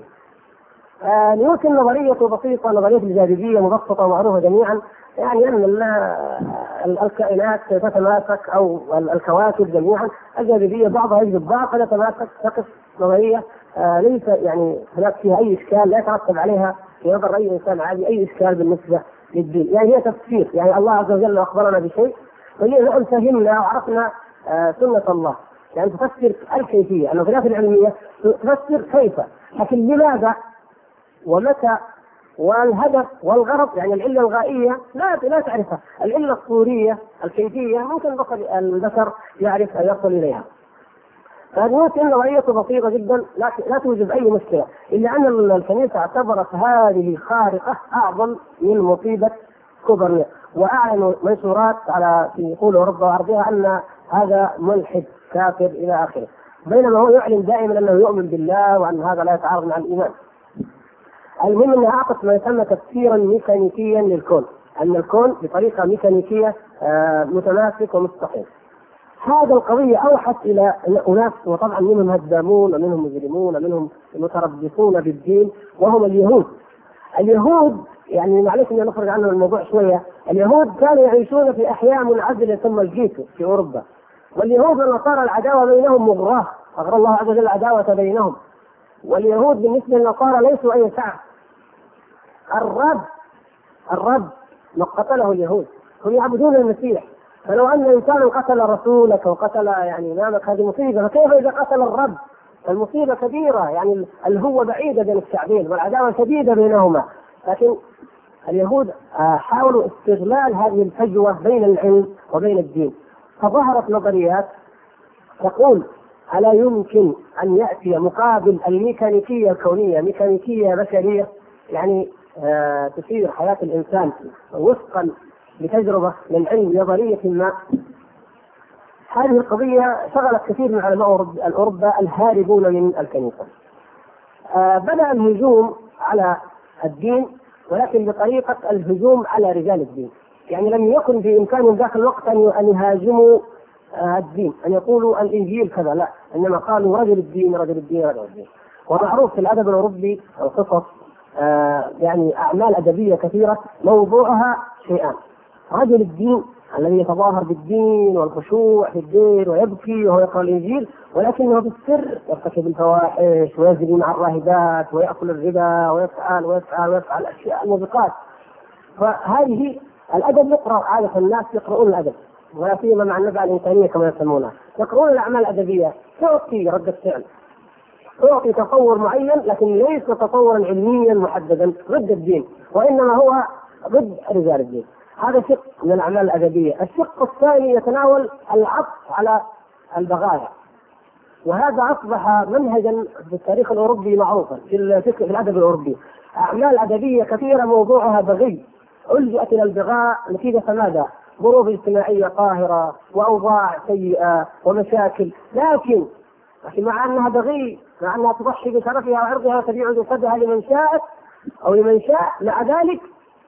S1: نيوتن نظريته بسيطه، نظريه الجاذبيه مبسطه ومعروفه جميعا، يعني ان الكائنات تتماسك او الكواكب جميعا الجاذبيه بعضها يجذب بعض فتتماسك، تقف نظريه ليس يعني هناك فيها اي اشكال، لا يترتب عليها في نظر اي انسان عادي اي اشكال بالنسبه للدين، يعني هي تفسير، يعني الله عز وجل اخبرنا بشيء ونحن فهمنا وعرفنا سنه الله، يعني تفسر الكيفيه، انه في الآيات العلميه تفسر كيف، لكن لماذا ومتى والهدف والغرض، يعني العلة الغائية لا تعرفها، العلة الصورية الكيفية ممكن البشر يعرف أن يصل إليها. فنيوتن نظريته بسيطة جدا لا توجد أي مشكلة، إلا أن الكنيسة اعتبرت هذه خارقة أعظم من مصيبة كوبرنيك، وأعلنوا منشورات على في طول أوروبا وعرضها أن هذا ملحد كافر إلى آخره، بينما هو يعلن دائما أنه يؤمن بالله وأن هذا لا يتعارض مع الإيمان. المهم أنها أعطت ما يسمى تفسيرا ميكانيكيا للكون، أن الكون بطريقة ميكانيكية متماسك ومستقيم. هذا القضية أوحت إلى أناس، وطبعا منهم هدامون ومنهم مجرمون ومنهم متربصون بالدين، وهم اليهود يعني معلش أن نخرج عنه الموضوع شوية. اليهود كانوا يعيشون في أحياء منعزلة ثم الجيتو في أوروبا، واليهود والنصارى العداوة بينهم مغراة، أغرى الله عز وجل العداوة بينهم. واليهود بالنسبة للنصارى ليسوا أي شعب. الرب ما قتله اليهود، هم يعبدون المسيح، فلو أن إنسان قتل رسولك وقتل يعني إمامك هذه مصيبة، فكيف إذا قتل الرب؟ المصيبة كبيرة، يعني الهوة بعيدة بين الشعبين والعداوة شديدة بينهما. لكن اليهود حاولوا استغلال هذه الفجوة بين العلم وبين الدين، فظهرت نظريات تقول ألا يمكن أن يأتي مقابل الميكانيكية الكونية ميكانيكية بشرية، يعني تسير حياة الإنسان وفقا لتجربة من علم نظرية ما. هذه القضية شغلت كثير من علماء أوروبا الهاربون من الكنيسة. بدأ الهجوم على الدين، ولكن بطريقة الهجوم على رجال الدين. يعني لم يكن في إمكانهم ذاك الوقت أن يهاجموا الدين، أن يقولوا الإنجيل كذا، لا، إنما قالوا رجل الدين رجل الدين رجل الدين. ومعروف في الأدب الأوروبي القصص يعني أعمال أدبية كثيرة موضوعها شيئان: رجل الدين الذي يتظاهر بالدين والخشوع في الدين ويبكي وهو يقرأ الإنجيل، ولكنه في السر يرتكب الفواحش ويزني مع الراهبات ويأكل الربا ويفعل الأشياء الموبقات. فهذه الأدب يقرأ عادة الناس يقرؤون الأدب، ولا سيما مع النزعة الإنسانية كما يسمونها، يقرؤون الأعمال الأدبية تعطي ردة فعل، تعطي تصور معين، لكن ليس تصورا علميا محددا ضد الدين، وإنما هو ضد رجال الدين. هذا شق من الأعمال الأدبية. الشق الثاني يتناول العطف على البغايا، وهذا أصبح منهجا في التاريخ الأوروبي معروفا في الأدب الأوروبي. أعمال أدبية كثيرة موضوعها بغي، ألجأت إلى البغاء نتيجة ماذا؟ ظروف اجتماعية قاهرة وأوضاع سيئة ومشاكل، لكن مع أنها بغي، مع أنها تضحي بشرفها وعرضها وتبيع جسدها لمن شاءت أو لمن شاء، مع ذلك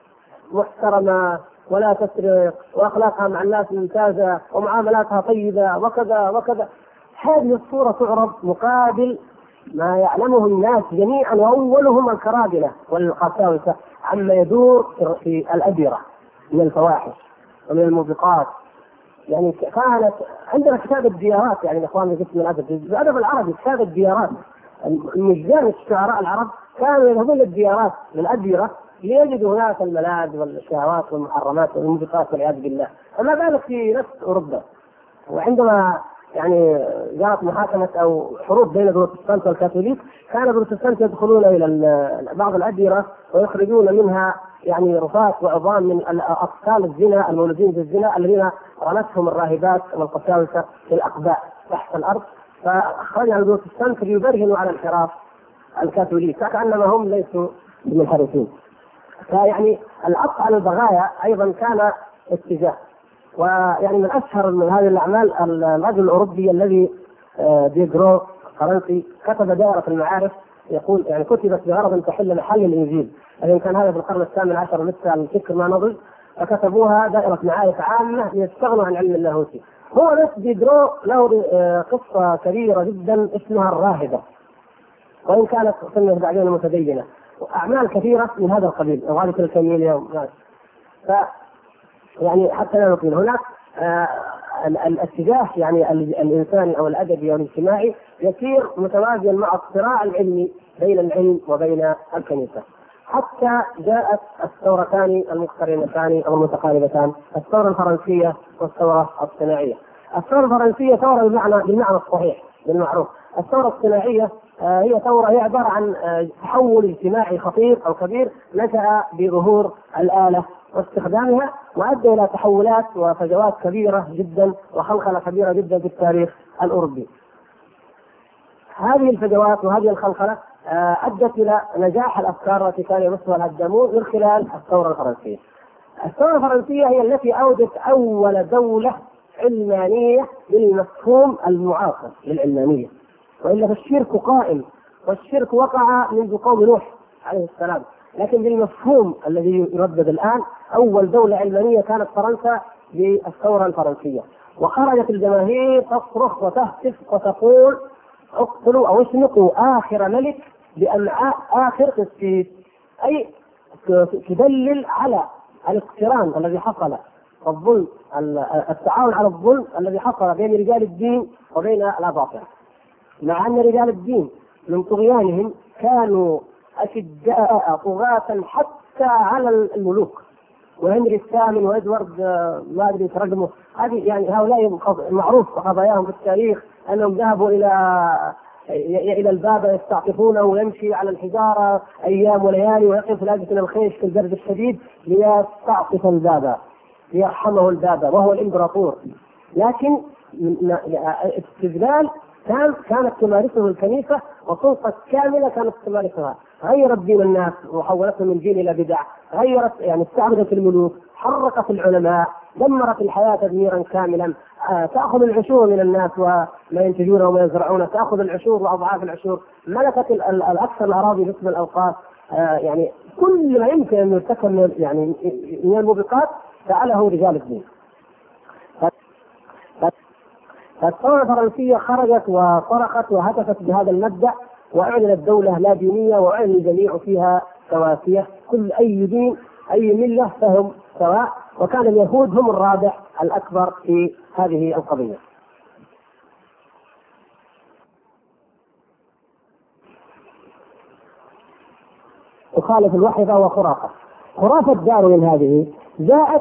S1: محترمة ولا تسرق وأخلاقها مع الناس ممتازة ومعاملاتها طيبة وكذا وكذا. هذه الصورة تعرض مقابل ما يعلمه الناس جميعا وأولهم الكرادلة والقساوسة عما يدور في الأديرة من الفواحش ومن الموبقات. يعني كانت عندنا كتاب الديارات، يعني الإخوان في قسم الأدب العربي كتاب الديارات، المجان الشعراء العرب كانوا يذهبون للديارات للأديرة ليجدوا هناك الملاذ والشهوات والمحرمات والموبقات والعياذ بالله. فما بالك في نفس أوروبا. وعندما يعني جرت محاكمة أو حروب بين البروتستانت والكاثوليك، كان البروتستانت يدخلون إلى بعض الأديرة ويخرجون منها يعني رفات وعظام من أطفال الزنا المولودين بالزنا الذين رمتهم الراهبات والقساوسة في الأقباء تحت الأرض، فأخرجها البروتستانت ليبرهنوا على انحراف الكاثوليك كأنما هم ليسوا منحرفين. فيعني العطف على البغايا أيضا كان اتجاه. ويعني من أشهر من هذه الأعمال الرجل الأوروبي الذي ديغرو فرنسي كتب دائرة المعارف، يقول يعني كتبت بغرض تحل محل الإنجيل، لأن كان هذا في القرن الثامن عشر لسه الفكر ما نضج، فكتبوها دائرة معارف عامة ليستغنوا عن علم اللاهوتي. هو نفس ديغرو له قصة كبيرة جدا اسمها الراهبة، وإن كانت سنة بعدين متدينة، وأعمال كثيرة من هذا القبيل وغالبا الكميليا. يعني حتى لا نطيل هناك الاتجاه يعني الإنساني أو الأدبي أو الاجتماعي يسير متوازيا مع الصراع العلمي بين العلم وبين الكنيسة، حتى جاءت الثورتان المقترنتان أو المتقاربتان، الثورة الفرنسية والثورة الصناعية. الثورة الفرنسية ثورة بالمعنى الصحيح بالمعروف. الثورة الصناعية هي ثورة هي عبارة عن تحول اجتماعي خطير أو كبير نشأ بظهور الآلة واستخدامها، وأدى إلى تحولات وفجوات كبيرة جدا وخلخلة كبيرة جدا في التاريخ الأوروبي. هذه الفجوات وهذه الخلخلة أدت إلى نجاح الأفكار التي كان يمثلها الهدامون من خلال الثورة الفرنسية. الثورة الفرنسية هي التي أوجدت أول دولة علمانية بالمفهوم المعاصر للعلمانية، وإلا فالشرك قائم، والشرك وقع منذ قوم نوح عليه السلام، لكن بالمفهوم الذي يردد الآن أول دولة علمانية كانت فرنسا بالثورة الفرنسية. وخرجت الجماهير تصرخ وتهتف وتقول اقتلوا أو اشنقوا آخر ملك بأمعاء آخر قسيس، أي تدلل على الاقتران الذي حصل، الظلم، التعاون على الظلم الذي حصل بين رجال الدين وبين الأباطرة، مع أن رجال الدين من طغيانهم كانوا أشداء طغاة حتى على الملوك. وهنري الثامن وإدوارد ما أدري ترجمه، هذه يعني هؤلاء معروف قضاياهم في التاريخ أنهم ذهبوا إلى الباب يستعطفونه ويمشي على الحجارة أيام وليالي ويقف لاجئ من الخيش في البرد الشديد ليستعطف الباب ليرحمه الباب وهو الإمبراطور. لكن استغلال كانت تمارسه الكنيسة وسلطة كاملة كانت تمارسها، غيرت دين الناس وحولتهم من دين إلى بدع، غيرت يعني استعبدت الملوك، حركت العلماء، دمرت الحياة تدميرا كاملا، تأخذ العشور من الناس وما ينتجونه وما يزرعونه، تأخذ العشور وأضعاف العشور، ملكت الأكثر الأراضي باسم الأوقاف، يعني كل ما يمكن أن يرتكب يعني من الموبقات فعله رجال الدين. فالثورة الفرنسية خرجت وصرخت وهتفت بهذا المبدأ وأعلنت دولة لا دينية وأعلن الجميع فيها سواسية، كل أي دين أي ملة فهم سواء، وكان اليهود هم الرابح الأكبر في هذه القضية. تخالف الوحي فهو خرافة. خرافة داروين هذه جاءت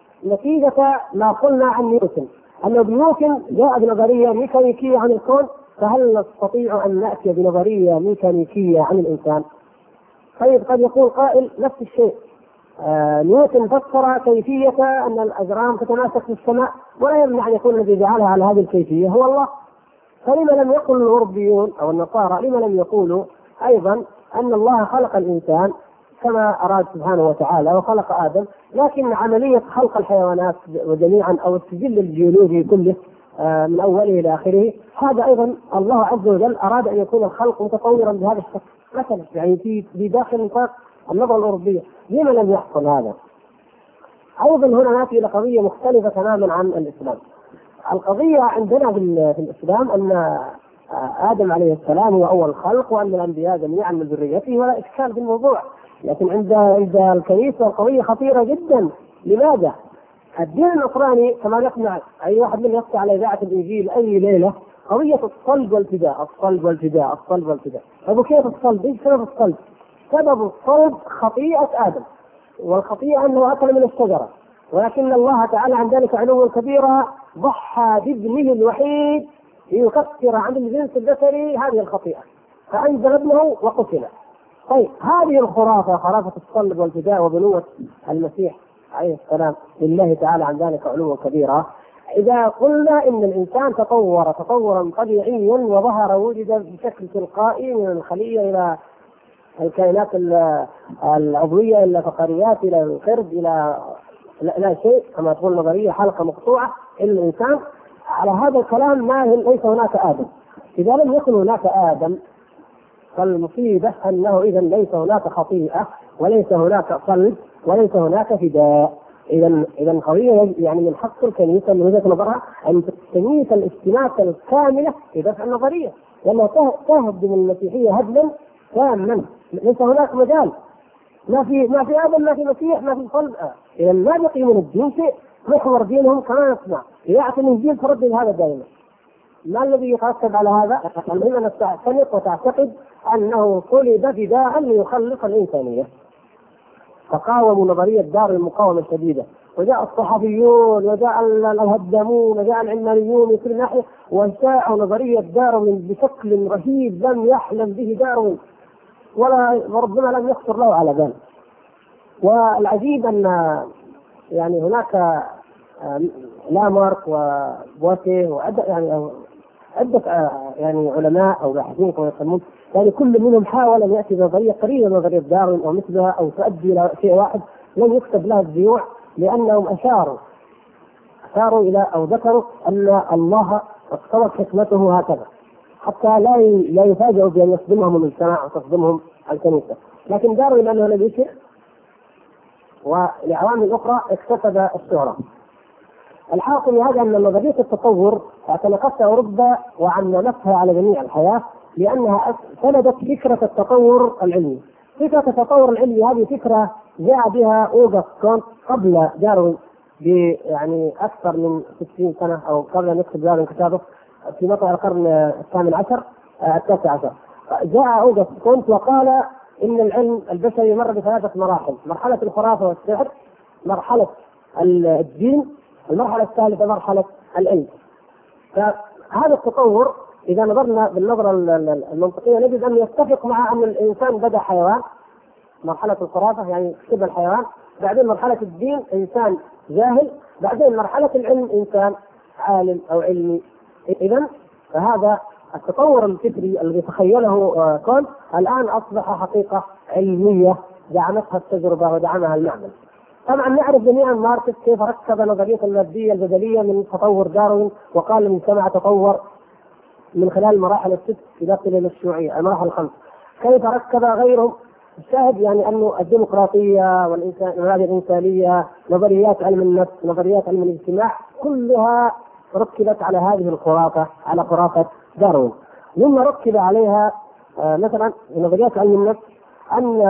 S1: نتيجة ما قلنا عن نيوتن، أن نيوتن جاء بنظرية ميكانيكية عن الكون، فهل نستطيع أن نأتي بنظرية ميكانيكية عن الإنسان؟ طيب قد يقول قائل نفس الشيء، نيوتن فسر كيفية أن الأجرام تتماسك في السماء ولا يمنع أن يكون الذي جعلها على هذه الكيفية هو الله، فلما لم يقل الأوروبيون أو النصارى لما لم يقولوا أيضا أن الله خلق الإنسان كما أراد سبحانه وتعالى وخلق آدم، لكن عملية خلق الحيوانات وجميعا أو السجل الجيولوجي كله من أوله إلى آخره هذا أيضا الله عز وجل أراد أن يكون الخلق متطورا بهذا الشكل مثلا، يعني في داخل نطاق النظرة الأوروبية. لما لم يحصل هذا؟ أيضا هنا نأتي إلى قضية مختلفة تماما عن الإسلام. القضية عندنا في الإسلام أن آدم عليه السلام هو أول خلق وأن الأنبياء جميعا من ذريته ولا إشكال في الموضوع، لكن عند الكنيسة القضية خطيرة جدا. لماذا؟ الدين النصراني كما نسمع أي واحد من يقطع على إذاعة الإنجيل أي ليلة قضية الصلب والفداء، الصلب والفداء، الصلب والفداء. طيب كيف الصلب؟ إيش سبب الصلب؟ سبب الصلب خطيئة آدم، والخطيئة أنه أكل من الشجرة، ولكن الله تعالى عن ذلك علوا كبيرا ضحى بابنه الوحيد ليكفر عن الجنس الذكري هذه الخطيئة، فأنزل ابنه وقتل. طيب هذه الخرافة، خرافة الصلب والفداء وبنوة المسيح عليه السلام لله تعالى عن ذلك علوا كبيرا، إذا قلنا إن الإنسان تطور تطورا طبيعيا وظهر وجد بشكل تلقائي من الخلية إلى الكائنات العضوية إلى الفقريات إلى القرد إلى لا شيء كما تقول نظرية حلقة مقطوعة إلى الإنسان، على هذا الكلام ليس هناك آدم. إذا لم يكن هناك آدم فالمصيبة أنه إذا ليس هناك خطيئة وليس هناك صلب وليس هناك فداء. إذا قضية يعني من حق الكنيسة من وجهة نظرها أن تستميت الاستماتة الكاملة في دفع النظرية، لأنها تهدم المسيحية هدما تاما، ليس هناك مجال، ما في آدم ما في مسيح ما في صلب. إذا ما بقي من الدين شيء، محور دينهم كما نسمع إذاعة الإنجيل تردد هذا دائما. ما الذي يترتب على هذا؟ المهم أن تعتنق وتعتقد أنه صلب فداء ليخلص الإنسانية، فقاوموا نظرية دار المقاومة الشديدة، وجاء الصحفيون وجاء الهدامون وجاء العلمانيون من كل ناحية وشاعوا نظرية داروين بشكل رهيب لم يحلم به داروين وربما لم يخطر له على بال. والعجيب أن يعني هناك لامارك وبواتيه وعدة يعني علماء أو باحثين كما يسمون، يعني كل منهم حاول أن يأتي بنظرية قريبة من نظرية داروين أو مثلها أو تؤدي إلى شيء واحد لم يكتب لها الذيوع، لأنهم أشاروا إلى أو ذكروا أن الله اقتضت حكمته هكذا حتى لا يفاجئوا بأن يصدمهم المجتمع وتصدمهم الكنيسة. لكن داروين لأنه لم يشر ولعوامل أخرى اكتسب الشهرة. الحاصل هذا أن نظرية التطور اعتنقتها أوروبا وعننتها على جميع الحياة، لأنها سندت فكرة التطور العلمي. فكرة التطور العلمي هذه فكرة جاء بها أوغست كونت قبل داروين يعني أكثر من 60 سنة أو قبل أن يكتب داروين كتابه في مطلع القرن التاسع عشر. جاء أوغست كونت وقال إن العلم البشري مر بثلاثة مراحل: مرحلة الخرافة والسحر، مرحلة الدين، المرحلة الثالثة مرحلة العلم. فهذا التطور إذا نظرنا بالنظرة المنطقية نجد أن يتفق مع أن الإنسان بدأ حيوان، مرحلة الخرافة يعني شبه الحيوان، بعدين مرحلة الدين إنسان جاهل، بعدين مرحلة العلم إنسان عالم أو علمي. إذا فهذا التطور الفكري الذي تخيله كونت الآن أصبح حقيقة علمية دعمتها التجربة ودعمها المعمل. طبعا نعرف جميعا ماركس كيف ركب نظرية المادية البدلية من تطور داروين، وقال المجتمع تطور من خلال المراحل الست إلى الشيوعية، المراحل الخمس. كيف ركب غيرهم؟ الشاهد يعني أنه الديمقراطية والمبادئ الإنسانية، نظريات علم النفس، نظريات علم الاجتماع، كلها ركبت على هذه الخرافة، على خرافة داروين. مما ركب عليها مثلا نظريات علم النفس أن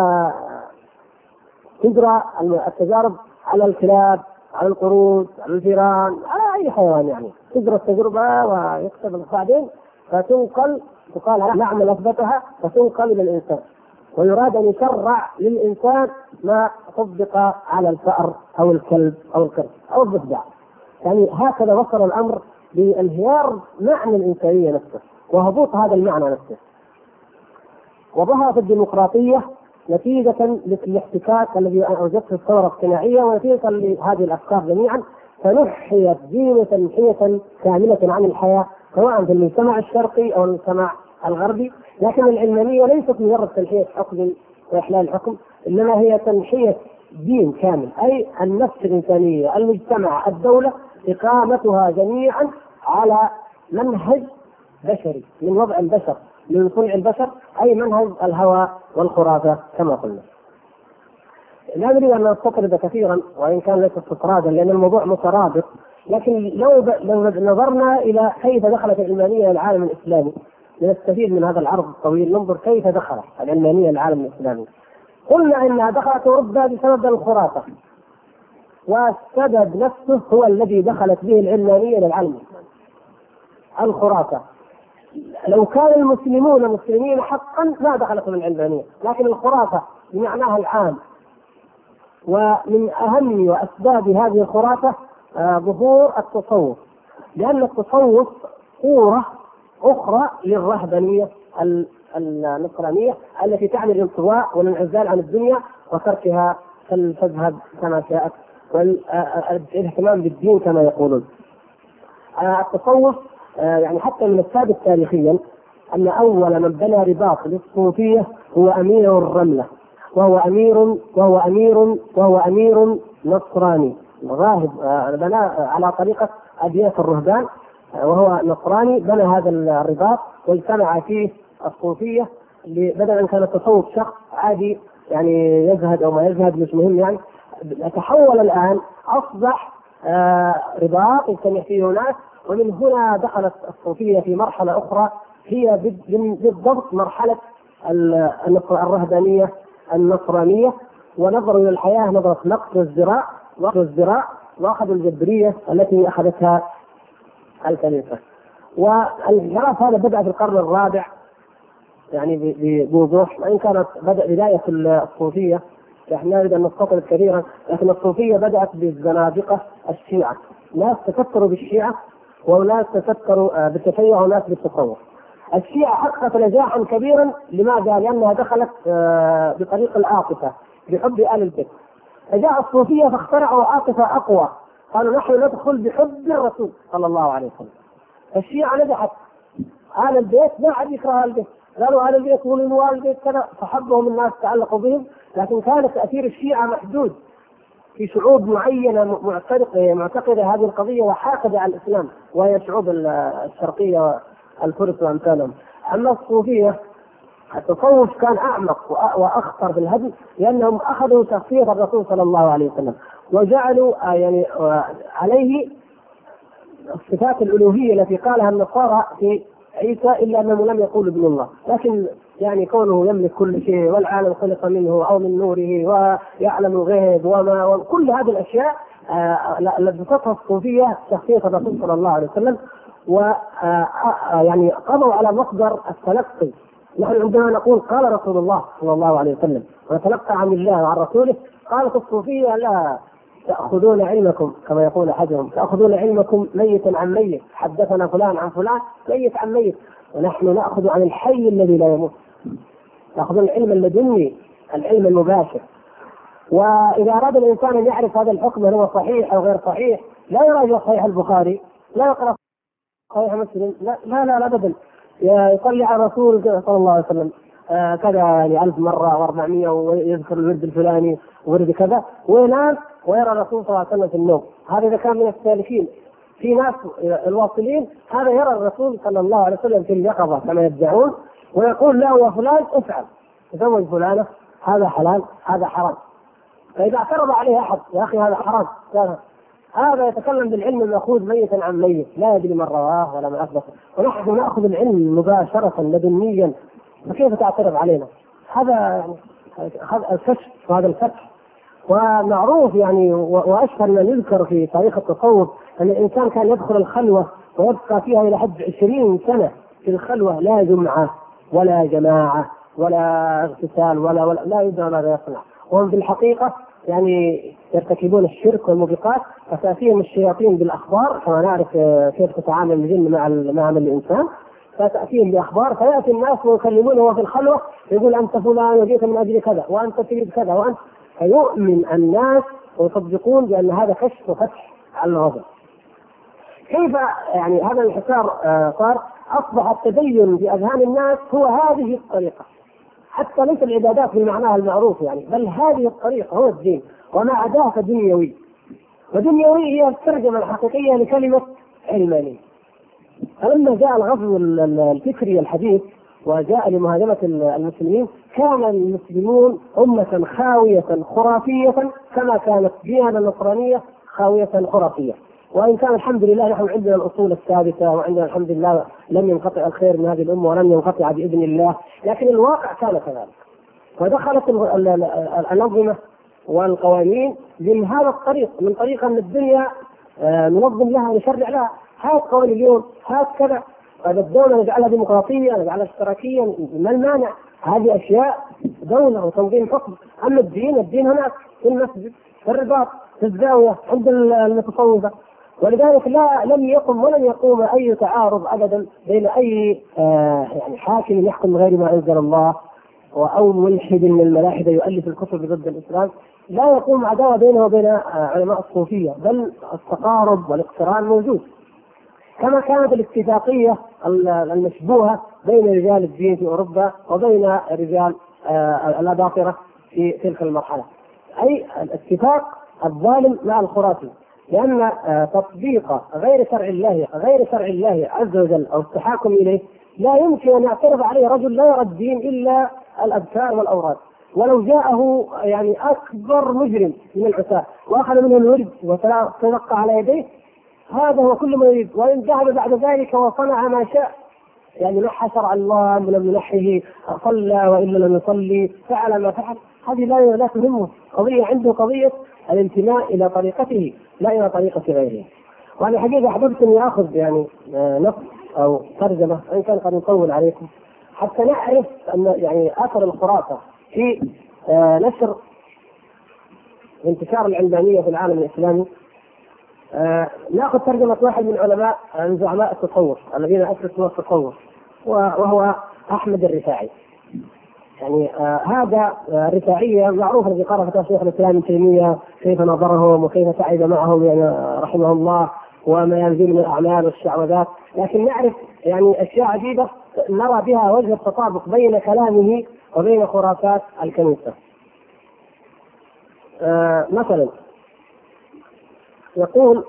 S1: تجرى التجارب على الكلاب، على القرود، على الفئران، على أي حيوان، يعني تجرى التجربة ويكتب بعدين فتنقل، تقال نعمل أثبتها، فتنقل إلى الإنسان، ويراد أن يشرع للإنسان ما طبق على الفأر أو الكلب أو القرد أو الضفدع. يعني هكذا وصل الأمر بانهيار معنى الإنسانية نفسه وهبوط هذا المعنى نفسه. وظهرت الديمقراطية نتيجة للاحتكاك الذي أوجدته الثورة الاصطناعية، ونتيجة لهذه الأفكار جميعا، فنحيت دين تنحية كاملة عن الحياة، سواء في المجتمع الشرقي أو المجتمع الغربي. لكن العلمانية ليست مجرد تنحية حكم وإحلال الحكم، إنما هي تنحية دين كامل، أي النفس الإنسانية، المجتمع، الدولة، إقامتها جميعا على منهج بشري من وضع البشر، من صنع البشر، أي منهج الهوى والخرافة كما قلنا. لا نريد أن نستطرد كثيرا، وإن كان ليس استطرادا لأن الموضوع مترابط، لكن لو نظرنا إلى كيف دخلت العلمانية إلى العالم الإسلامي لنستفيد من هذا العرض الطويل، ننظر كيف دخلت العلمانية إلى العالم الإسلامي. قلنا إنها دخلت أوروبا بسبب الخرافة، والسبب نفسه هو الذي دخلت به العلمانية إلى العالم الإسلامي، الخرافة. لو كان المسلمون مسلمين حقا ما دخلتهم العلمانية، لكن الخرافة بمعناها العام. ومن أهم وأسباب هذه الخرافة ظهور التصوف، لأن التصوف صورة أخرى للرهبانية النصرانية التي تعني الانطواء والانعزال عن الدنيا وتركها فلتذهب كما شاءت، والاهتمام بالدين كما يقولون. التصوف يعني حتى من الثابت تاريخيا أن أول من بنى رباط للصوفية هو أمير الرملة، وهو أمير نصراني راهب، بنى على طريقة أبيات الرهبان، وهو نصراني، بنى هذا الرباط واجتمع فيه الصوفية. بدل أن كان التصوف شخص عادي يعني يزهد أو ما يزهد مش مهم، يعني تحول الآن أصبح رباط يجتمع فيه ناس. ومن هنا دخلت الصوفية في مرحلة أخرى هي بالضبط مرحلة الرهبانية النصرانية، ونظروا إلى الحياة نظرة نقص والزراع، وأخذوا الجبرية التي أخذتها الكنيسة. والانحراف هذا بدأ في القرن الرابع يعني بوضوح، وإن كانت بداية الصوفية احنا نريد ان نستطرد كثيرا، لكن الصوفية بدأت بالزنادقة الشيعة، ناس تفكروا بالشيعة وناس تفكروا بالتشيع وناس بالتصوف. الشيعة حققت نجاحا كبيرا، لماذا؟ لأنها دخلت بطريق العاطفة بحب آل البيت. فجاء الصوفية فاخترعوا عاطفة أقوى، قالوا نحن ندخل بحب الرسول صلى الله عليه وسلم. الشيعة نجحت، آل البيت ما عاد يكره آل البيت، قالوا آل البيت ولوا آل البيت كذا، فحبهم الناس تعلقوا بهم. لكن كان تأثير الشيعة محدود في شعوب معينة معتقدة هذه القضية وحاقدة على الإسلام، وهي الشعوب الشرقية الفرس وأمثالهم. أما الصوفية التصوف كان أعمق وأخطر بالهدم، لأنهم أخذوا شخصية الرسول صلى الله عليه وسلم وجعلوا يعني عليه صفات الألوهية التي قالها النصارى في عيسى، إلا أنهم لم يقولوا ابن الله، لكن يعني كونه يملك كل شيء والعالم خلق منه أو من نوره ويعلم الغيب وكل هذه الأشياء لبستها الصوفية شخصية الرسول صلى الله عليه وسلم. ويعني قضوا على مصدر التلقي. نحن عندما نقول قال رسول الله صلى الله عليه وسلم ونتلقى عن الله وعن رسوله، قالت الصوفية لا تأخذون علمكم كما يقول أحدهم، تأخذون علمكم ميتا عن ميت، حدثنا فلان عن فلان ميت عن ميت. ونحن نأخذ عن الحي الذي لا يموت، نأخذ العلم اللدني، العلم المباشر. وإذا أراد الإنسان أن يعرف هذا الحكم هل هو صحيح أو غير صحيح لا يراجع صحيح البخاري، لا يقرأ صحيح مسلم، لا أبدا، يصلي على الرسول صلى الله عليه وسلم كذا يعني 1000 مرة و400 ويذكر الورد الفلاني ورد كذا وينام ويرى الرسول صلى الله عليه وسلم في النوم. هذا إذا كان من السالكين. في ناس الواصلين هذا يرى الرسول صلى الله عليه وسلم في اليقظة كما يدعون ويقول له يا فلان افعل، تزوج فلانة، هذا حلال هذا حرام. فإذا اعترض عليه أحد يا أخي هذا حرام، هذا يتكلم بالعلم المأخوذ ميتا عن ميت، لا يدري من رواه ولا من أثبت، ونحن نأخذ العلم مباشرة لدنيا، فكيف تعترض علينا؟ هذا يعني الكشف، وهذا الفتح. ومعروف يعني وأشهر ما يذكر في تاريخ التصوف أن الإنسان كان يدخل الخلوة ويبقى فيها إلى حد 20 سنة في الخلوة، لا جمعة ولا جماعة ولا اغتسال ولا لا يدرى ماذا يصنع، وهم في الحقيقة يعني يرتكبون الشرك والموبقات. فتأتيهم الشياطين بالأخبار كما نعرف كيف تتعامل الجن مع الإنسان، فتأتيهم بأخبار فيأتي الناس ويكلمونه في الخلوة يقول أنت فلان وجيت من أجل كذا وأنت تريد كذا وأنت، فيؤمن الناس ويصدقون بأن هذا كشف وفتح على الوضع. كيف يعني هذا الانحسار صار؟ أصبح التدين في أذهان الناس هو هذه الطريقة، حتى ليس العبادات بمعناها المعروف يعني، بل هذه الطريقة هو الدين، وما عداه فدنيوي. ودنيوي هي الترجمة الحقيقية لكلمة علماني. فلما جاء الغزو الفكري الحديث وجاء لمهاجمة المسلمين كان المسلمون أمة خاوية خرافية كما كانت ديانة النصرانية خاوية خرافية. وإن كان الحمد لله نحن عندنا الأصول الثابتة وعندنا الحمد لله لم ينقطع الخير من هذه الأمة ولم ينقطع بإذن الله، لكن الواقع كان كذلك. ودخلت الأنظمة والقوانين من هذا الطريق، من طريق أن الدنيا ننظم لها ونشرع لها، هات قوانين اليوم هات كذا، هذا الدولة نجعلها ديمقراطية نجعلها اشتراكية، ما المانع؟ هذه أشياء دولة وتنظيم حكم. أما الدين هناك في المسجد في الرباط في الزاوية عند المتصوفة. ولذلك لم يقم ولن يقوم أي تعارض أبدا بين أي يعني حاكم يحكم غير ما أنزل الله أو ملحد من الملاحدة يؤلف الكتب ضد الإسلام، لا يقوم عداوة بينه وبين علماء الصوفية، بل التقارب والاقتران موجود. كما كانت الاتفاقية المشبوهة بين رجال الدين في أوروبا وبين رجال الأباطرة في تلك المرحلة، أي الاتفاق الظالم مع الخرافي، لأن تطبيق غير شرع الله عز وجل أو التحاكم إليه لا يمكن أن يعترض عليه رجل لا يرى الدين إلا الأذكار والأوراد. ولو جاءه يعني أكبر مجرم من العتاة وأخذ منه الورد وتلقى على يديه، هذا هو كل ما يريد. وإن ذهب بعد ذلك وصنع ما شاء، يعني نحى شرع الله ولم ينحه، صلى وإلا لم يصلي، فعل ما فعل، هذه لا تهمه. قضية عنده قضية الانتماء إلى طريقته لا إلى طريقة غيره. وأنا حقيقة أحببت أني أخذ يعني نص أو ترجمة إن كان قد نطول عليكم حتى نعرف أن يعني أثر الخرافة في نشر انتشار العلمانية في العالم الإسلامي. نأخذ ترجمة واحد من علماء من زعماء التصوف الذين أسسوا التصوف وهو أحمد الرفاعي. يعني هذا الرفاعية معروف الذي قرأ فتاوى شيخ الإسلام ابن تيمية كيف نظرهم وكيف تعب معهم يعني رحمه الله وما ينزل من الأعمال والشعوذات، لكن نعرف يعني أشياء عجيبة نرى بها وجه التطابق بين كلامه وبين خرافات الكنيسة. مثلا يقول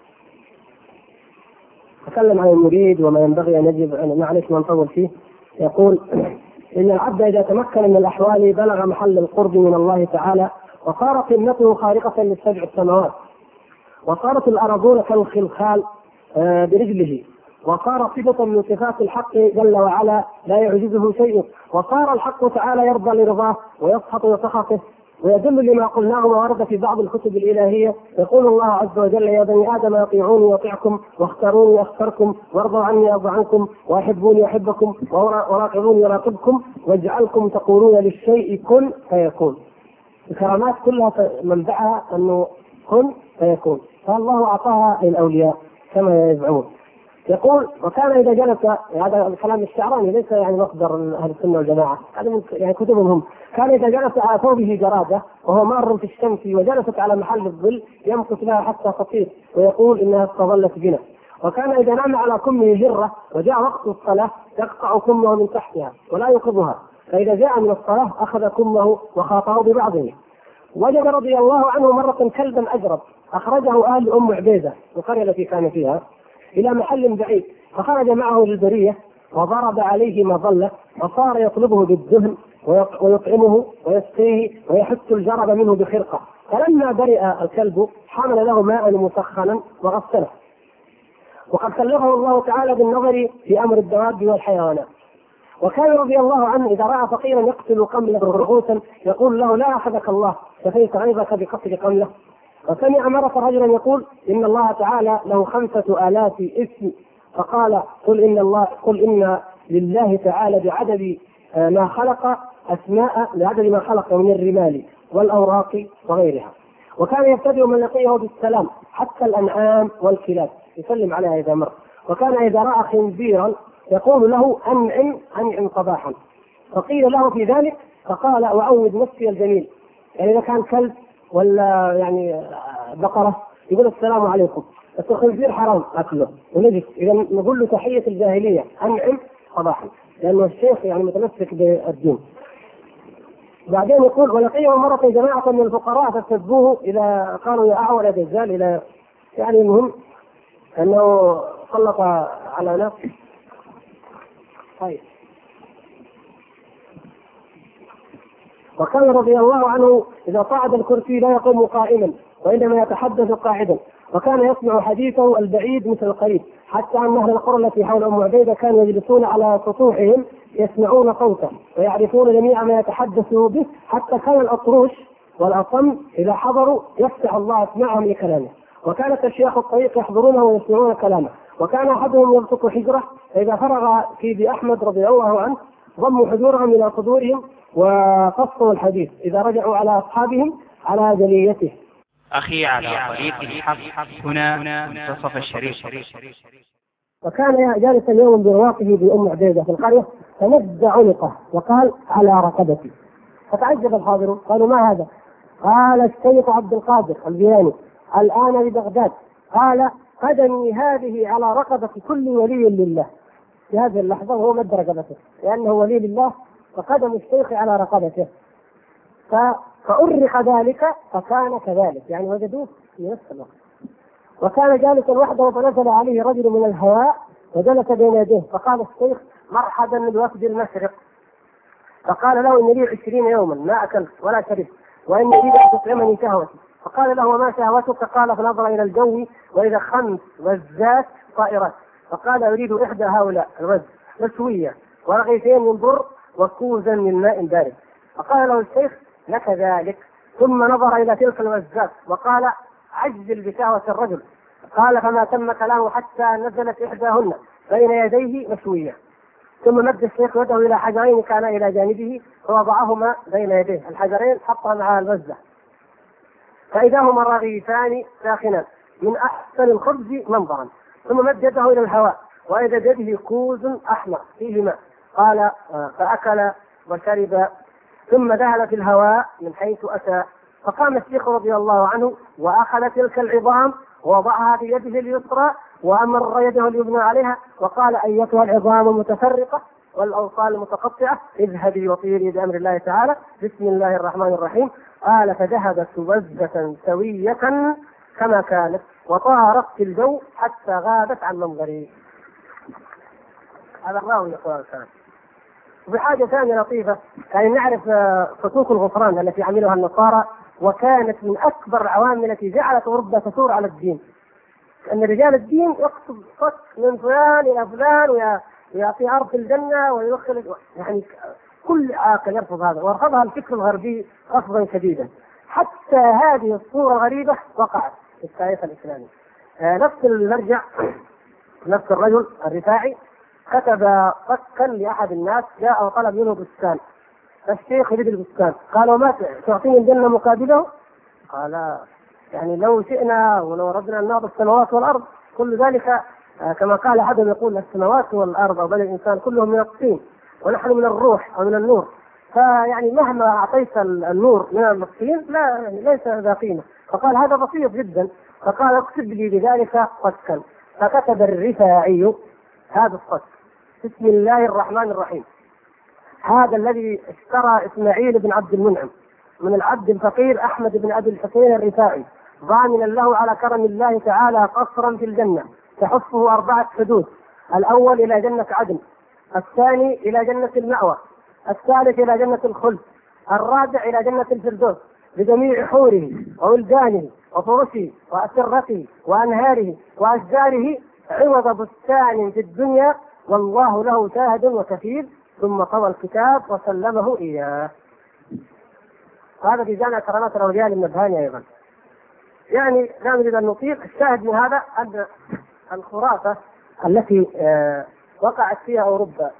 S1: تكلم عن المريد وما ينبغي أن يجب أن معلش ما نطول فيه. يقول إن العبد إذا تمكن من الأحوال بلغ محل القرب من الله تعالى وصارت همته خارقة للسبع السماوات، وصارت الأرضون كالخلخال برجله، وصار صفة من صفات الحق جل وعلا لا يعجزه شيء، وصار الحق تعالى يرضى لرضاه ويسخط لسخطه. ويدل لما قلناه ورد في بعض الكتب الإلهية، يقول الله عز وجل يا بني آدم أطيعوني وأطيعكم واختاروني أختركم وارضوا عني أرضى عنكم وأحبوني أحبكم وراقبوني أراقبكم واجعلكم تقولون للشيء كن فيكون. الكرامات كلها منبعها أنه كن فيكون، فالله أعطاها للأولياء كما يزعمون. يقول وكان إذا جلس، هذا الكلام الشعراني ليس يعني مصدر أهل السنة والجماعة، هذا من يعني كتبهم هم. كان إذا جلس على ثوبه جرادة وهو مار في الشمس وجلست على محل الظل يمكث لها حتى تطير ويقول إنها استظلت بنا. وكان إذا نام على كمه جرة وجاء وقت الصلاة يقطع كمه من تحتها ولا يوقظها، فإذا جاء من الصلاة أخذ كمه وخاطه ببعضه. وجد رضي الله عنه مرة كلبا أجرب أخرجه أهل أم عبيدة القرية التي كان فيها إلى محل بعيد، فخرج معه للبرية وضرب عليه مظلة وصار يطلبه بالدهن ويطعمه ويسقيه ويحث الجرب منه بخرقة. فلما برئ الكلب حمل له ماء مسخنا وغسله. وقد كلفه الله تعالى بالنظر في أمر الدواب والحيوانات. وكان رضي الله عنه إذا رأى فقيرا يقتل قمله رغوثا يقول له لا أخذك الله كفيت غيظك بقتل قمله. وسمع مرة رجلا يقول إن الله تعالى له 5000 اسم، فقال قل إن لله تعالى بعدد ما خلق أسماء لعدد ما خلق من الرمال والأوراق وغيرها. وكان يبتدئ من لقيه بالسلام حتى الأنعام والكلاب يسلم عليها إذا مر. وكان إذا رأى خنزيرا يقول له أنعم صباحا، فقيل له في ذلك فقال أعود نفسي الجميل. يعني إذا كان كلب ولا يعني بقرة يقول السلام عليكم، بس الخنزير حرام أكله ونجس، إذا نقول له تحية الجاهلية أنعم صباحا، لأنه الشيخ يعني متمسك بالدين. بعدين يقول ولقيه مرة جماعة من الفقراء فسبوه إذا قالوا يا أعور يا دجال، إلى يعني المهم أنه سلط على ناس. طيب. وكان رضي الله عنه إذا صعد الكرسي لا يقوم قائما وإنما يتحدث قاعدا، وكان يسمع حديثه البعيد مثل القريب، حتى أن أهل القرى التي حول أم عبيدة كانوا يجلسون على سطوحهم يسمعون صوته ويعرفون جميع ما يتحدث به، حتى كان الأطروش والأصم إذا حضروا يفتح الله أسماعهم لكلامه. وكانت أشياخ الطريق يحضرونه ويسمعون كلامه. وكان أحدهم يبسط حجره، فإذا فرغ سيدي أحمد رضي الله عنه ضموا حجورهم إلى صدورهم وقصوا الحديث إذا رجعوا على أصحابهم على جليته.
S2: أخي على طريق الحق هنا منتصف الشريف.
S1: وكان جالسا يوم برواقه بأم عبيدة في القرية فمد عنقه وقال على رقبتي، فتعجب الحاضرون قالوا ما هذا؟ قال الشيخ عبد القادر الجيلاني الآن ببغداد، قال قدمي هذه على رقبة كل ولي لله. في هذه اللحظة هو مد رقبته لأنه ولي لله، فقدم الشيخ على رقبته، فأرخ ذلك فكان كذلك، يعني وجدوه في نفس الوقت. وكان جالسا وحده فنزل عليه رجل من الهواء وجلس بين يديه، فقال الشيخ مرحبا بوفد المشرق، فقال له إن لي 20 يوما ما أكلت ولا شربت وإن أريد أن تطعمني شهوتي. فقال له وما شهوتك؟ قال فنظر إلى الجو وإذا 5 وزات طائرات، فقال أريد إحدى هؤلاء الوز مسوية ورغيفين من بر وكوزا من ماء بارد. فقال له الشيخ لك ذلك. ثم نظر إلى تلك الوزات وقال عجل بشهوة الرجل. قال فما تم كلامه حتى نزلت إحداهن بين يديه مشوية. ثم مد الشيخ يده إلى حجرين كان إلى جانبه فوضعهما بين يديه، الحجرين حطها مع الوزة، فإذا هما رغيفان ساخنان من أحسن الخبز منظرا. ثم مد يده إلى الهواء وإذا بيده كوز أحمر فيه ماء، قال فأكل وشرب ثم ذهب في الهواء من حيث أتى. فقام الشيخ رضي الله عنه وأخذ تلك العظام ووضعها في يده اليسرى وأمر يده اليمنى عليها وقال أيتها العظام المتفرقة والأوصال المتقطعة اذهبي وطيري بأمر الله تعالى بسم الله الرحمن الرحيم. قال فذهبت وزة سوية كما كانت وطارت في الجو حتى غابت عن منظري. هذا الراوي يقول الكلام. وبحاجة ثانية لطيفة، يعني نعرف صكوك الغفران التي عملها النصارى، وكانت من أكبر العوامل التي جعلت أوروبا تثور على الدين، أن رجال الدين يقصد قط من فلان إلى فلان ويعطي أرض الجنة ويدخل، يعني كل عاقل يرفض هذا، ورفضها الفكر الغربي رفضا شديدا. حتى هذه الصورة الغريبة وقعت في التاريخ الإسلامي. نفس المرجع نفس الرجل الرفاعي كتب فكا لأحد الناس جاء وطلب منه بستان، الشيخ يريد البستان، قال وما تعطيني الجنة مقابله؟ قال يعني لو شئنا ولو أردنا أن نعطي السماوات والأرض كل ذلك كما قال أحدهم يقول السماوات والأرض وبني الإنسان كلهم من الطين ونحن من الروح أو من النور. فيعني مهما أعطيت النور من الطين لا يعني ليس ذا قيمة. فقال هذا بسيط جدا. فقال اكتب لي بذلك قسكا. فكتب الرفاعي هذا القسك: بسم الله الرحمن الرحيم. هذا الذي اشترى إسماعيل بن عبد المنعم من العبد الفقير أحمد بن أبي الحسين الرفاعي ضامنا له على كرم الله تعالى قصرا في الجنة تحفه 4 حدود: الأول إلى جنة عدن، الثاني إلى جنة المأوى، الثالث إلى جنة الخلد، الرابع إلى جنة الفردوس بجميع حوره وولدانه وفرشه وأسرته وأنهاره وأشجاره عوض بستان في الدنيا والله له شاهد وكفيل. ثم قضى الكتاب وسلمه إياه. وهذا في جامع كرامات الأولياء للنبهاني أيضا. يعني لا نريد أن نطيل. الشاهد من هذا أن الخرافة التي وقعت فيها أوروبا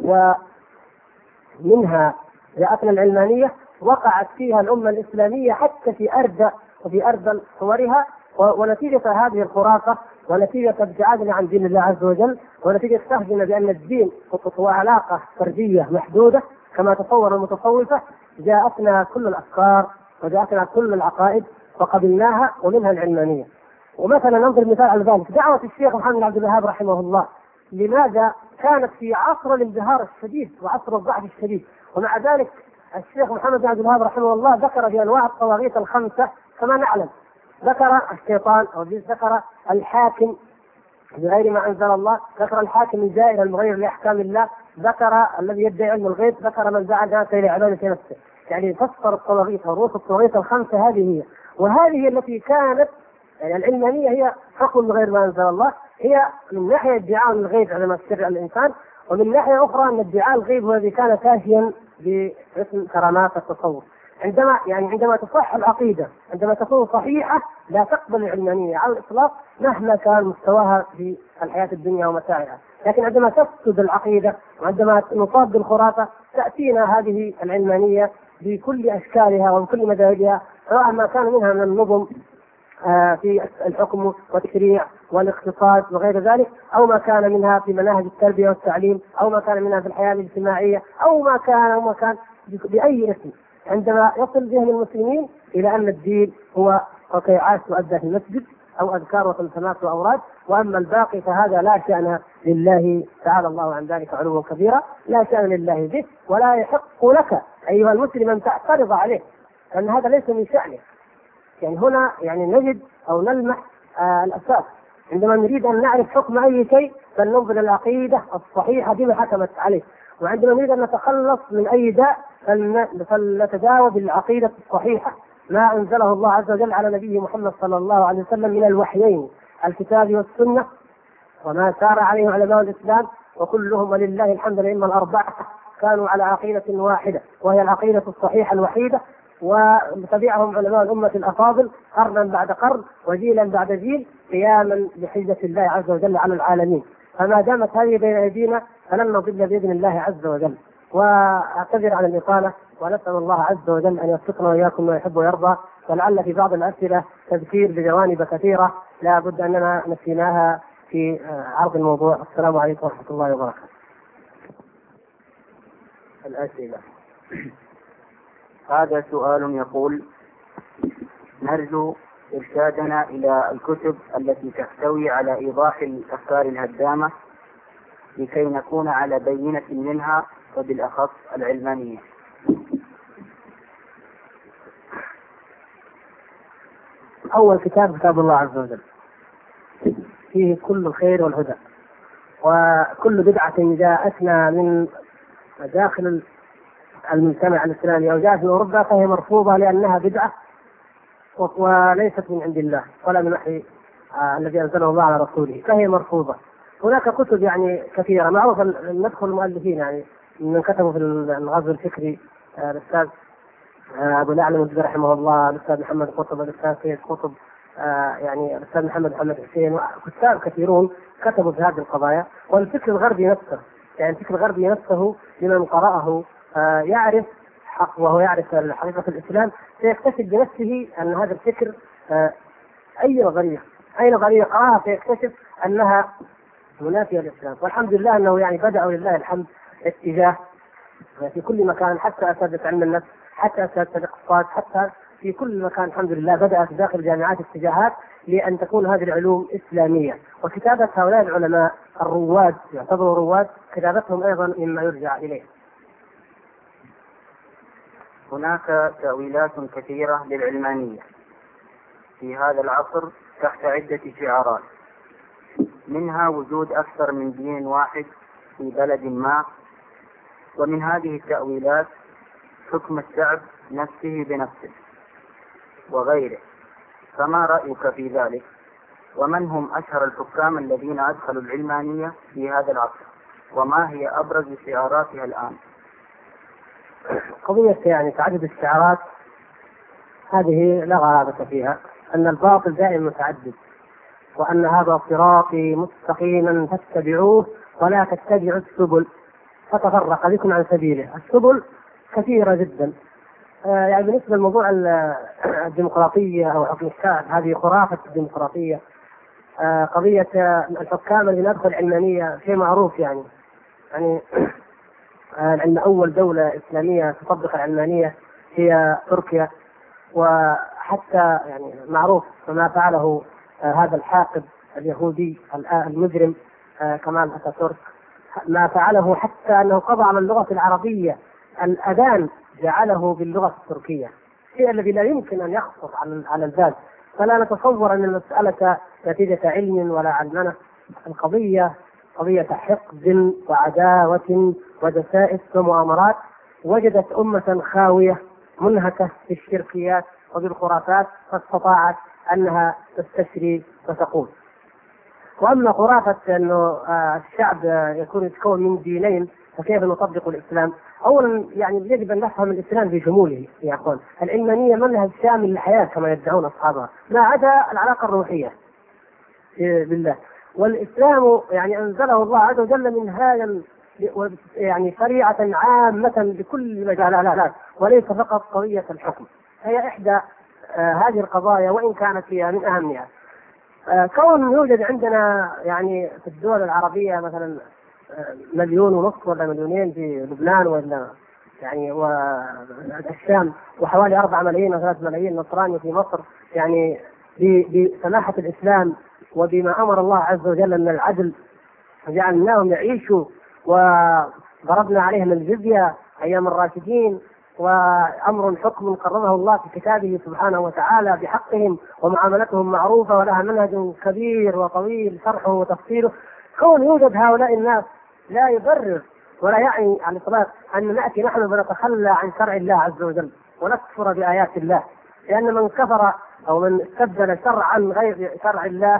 S1: ومنها جاءتنا العلمانية وقعت فيها الأمة الإسلامية حتى في أرذل صورها. ونتيجة هذه الخرافة ونتيجة ابتعادنا عن دين الله عز وجل ونتيجة فهمنا بأن الدين هو علاقة فردية محدودة كما تصور المتصوفة جاءتنا كل الأفكار وجاءتنا كل العقائد وقبلناها ومنها العلمانية. ومثلا نضرب مثال على ذلك دعوة الشيخ محمد بن عبد الوهاب رحمه الله. لماذا كانت في عصر الازدهار الشديد وعصر الضعف الشديد ومع ذلك الشيخ محمد بن عبد الوهاب رحمه الله ذكر في أنواع الطواغيت الخمسة كما نعلم. ذكر الشيطان أو ذكر الحاكم بغير ما أنزل الله، ذكر الحاكم الجائر المغير لأحكام الله، ذكر الذي يدعي علم الغيب، ذكر من دعا الناس إلى عبادة نفسه. يعني فسر الطواغيت ورؤوس الطواغيت الخمسة هذه هي. وهذه التي كانت يعني العلمانية هي حكم بغير ما أنزل الله، هي من ناحية ادعاء الغيب على ما سر الإنسان، ومن ناحية أخرى أن ادعاء الغيب هو الذي كان كافيا باسم كرامات التصوف. عندما تصح العقيدة عندما تكون صحيحة لا تقبل العلمانية على الإطلاق مهما كان مستواها في الحياة الدنيا ومتاعها. لكن عندما تفسد العقيدة وعندما نصاب بالخرافة تأتينا هذه العلمانية بكل أشكالها وبكل مذاهبها سواء ما كان منها من النظم في الحكم والتشريع والاقتصاد وغير ذلك، أو ما كان منها في مناهج التربية والتعليم، أو ما كان منها في الحياة الاجتماعية، أو ما كان بأي اسم. عندما يصل ذهن المسلمين إلى أن الدين هو قطيعات تؤدى في المسجد أو أذكار وتلتمات وأوراد، وأما الباقي فهذا لا شأن لله تعالى الله عن ذلك علوا كبيرا، لا شأن لله به، ولا يحق لك أيها المسلم أن تعترض عليه لأن هذا ليس من شأنه. يعني هنا نجد أو نلمح الأساس. عندما نريد أن نعرف حكم أي شيء فلننظر العقيدة الصحيحة بما حكمت عليه، وعندما نريد أن نتخلص من أي داء فلنتداوى بالعقيدة الصحيحة ما أنزله الله عز وجل على نبيه محمد صلى الله عليه وسلم من الوحيين الكتاب والسنة وما سار عليه علماء الإسلام، وكلهم ولله الحمد لله الأربعة كانوا على عقيدة واحدة وهي العقيدة الصحيحة الوحيدة، وتبعهم علماء الأمة الأفاضل قرنا بعد قرن وجيلا بعد جيل قياما بحجة الله عز وجل على العالمين. فما دامت هذه بين أيدينا فلن نضل بإذن الله عز وجل. وأعتذر عن الإطالة ونسأل الله عز وجل أن يوفقنا وإياكم ما يحب ويرضى، ولعل في بعض الأسئلة تذكير بجوانب كثيرة لا بد أننا نسيناها في عرض الموضوع. السلام عليكم ورحمة الله وبركاته.
S3: الأسئلة. هذا سؤال يقول: نرجو إرشادنا إلى الكتب التي تحتوي على إيضاح الأفكار الهدامة لكي نكون على بينة منها وبالأخص العلمانية.
S1: أول كتاب الله عز وجل فيه كل الخير والهدى، وكل بدعة جاءتنا من داخل المجتمع الإسلامي أو جاءت من أوروبا فهي مرفوضة لأنها بدعة وليست من عند الله ولا من وحي الذي أنزله الله على رسوله، فهي مرفوضة. هناك كتب كثيرة معروفة. ندخل المؤلفين من كتبوا في الغزو الفكري الأستاذ أبو الأعلى المجد رحمه الله، الأستاذ محمد قطب، الأستاذ سيد قطب، الأستاذ محمد حسين، وكتاب كثيرون كتبوا في هذه القضايا. والفكر الغربي نفسه الفكر الغربي نفسه لمن قرأه يعرف حق وهو يعرف حقيقة الإسلام سيكتشف بنفسه أن هذا الفكر أي نظرية قرأها سيكتشف أنها منافية للإسلام. والحمد لله أنه يعني بدأوا لله الحمد اتجاه في كل مكان، حتى أساتذة علم النفس، حتى أساتذة الاقتصاد، حتى في كل مكان الحمد لله بدأت داخل الجامعات اتجاهات لأن تكون هذه العلوم إسلامية. وكتابة هؤلاء العلماء الرواد يعتبروا رواد، كتابتهم أيضا مما يرجع إليه.
S3: هناك تأويلات كثيرة للعلمانية في هذا العصر تحت عدة شعارات، منها وجود أكثر من دين واحد في بلد ما، ومن هذه التأويلات حكم الشعب نفسه بنفسه وغيره. فما رأيك في ذلك؟ ومن هم أشهر الحكام الذين أدخلوا العلمانية في هذا العصر؟ وما هي أبرز شعاراتها الآن؟
S1: قضية يعني تعدد الشعارات هذه لا غرابة فيها، أن الباطل دائما متعدد، وأن هذا صراطي مستقيما فاتبعوه ولا تتبعوا السبل فتفرق بكم عن سبيله. السبل كثيرة جدا. يعني بالنسبة لموضوع الديمقراطية أو حكم الشعب، هذه خرافة الديمقراطية. قضية الحكام الذين يدخل العلمانية شيء معروف يعني أن أول دولة إسلامية تطبق العلمانية هي تركيا، وحتى يعني معروف ما فعله هذا الحاقد اليهودي المجرم كمال أتاتورك، ما فعله حتى أنه قضى على اللغة العربية، الأذان جعله باللغة التركية، الشيء الذي لا يمكن أن يخطر على البال. فلا نتصور أن المسألة نتيجة علم ولا علمنة، القضية قضية حقد وعداوة ودسائس ومؤامرات. وجدت أمة خاوية منهكة في الشركيات وبالخرافات فاستطاعت أنها تستشري وتقوم. وأما خرافة أنه الشعب يتكون من دينين فكيف نطبق الإسلام؟ أولا يعني يجب أن نفهم الإسلام في شموله يا أخوان. العلمانية منهج شامل للحياة كما يدعون أصحابها، ما عدا العلاقة الروحية بالله. والإسلام يعني أنزله الله عز وجل منهاجا يعني شريعة عامة بكل مجالات، وليس فقط قضية الحكم. هي إحدى هذه القضايا وإن كانت هي من أهمها. كون يوجد عندنا يعني في الدول العربية مثلا 1.5 مليون ولا 2 مليون في لبنان ولا يعني والشام، وحوالي 4 ملايين و 3 ملايين نصراني في مصر، يعني بسماحة الإسلام وبما أمر الله عز وجل من العدل جعلناهم يعيشوا، وضربنا عليهم الجزية أيام الراشدين، وأمر حكم قرره الله في كتابه سبحانه وتعالى بحقهم، ومعاملتهم معروفة ولها منهج كبير وطويل شرحه وتفصيله. كون يوجد هؤلاء الناس لا يبرر ولا يعني على الإطلاق أن نأتي نحن ونتخلى عن شرع الله عز وجل ونكفر بآيات الله، لأن من كفر أو من استبدل شرعا غير شرع الله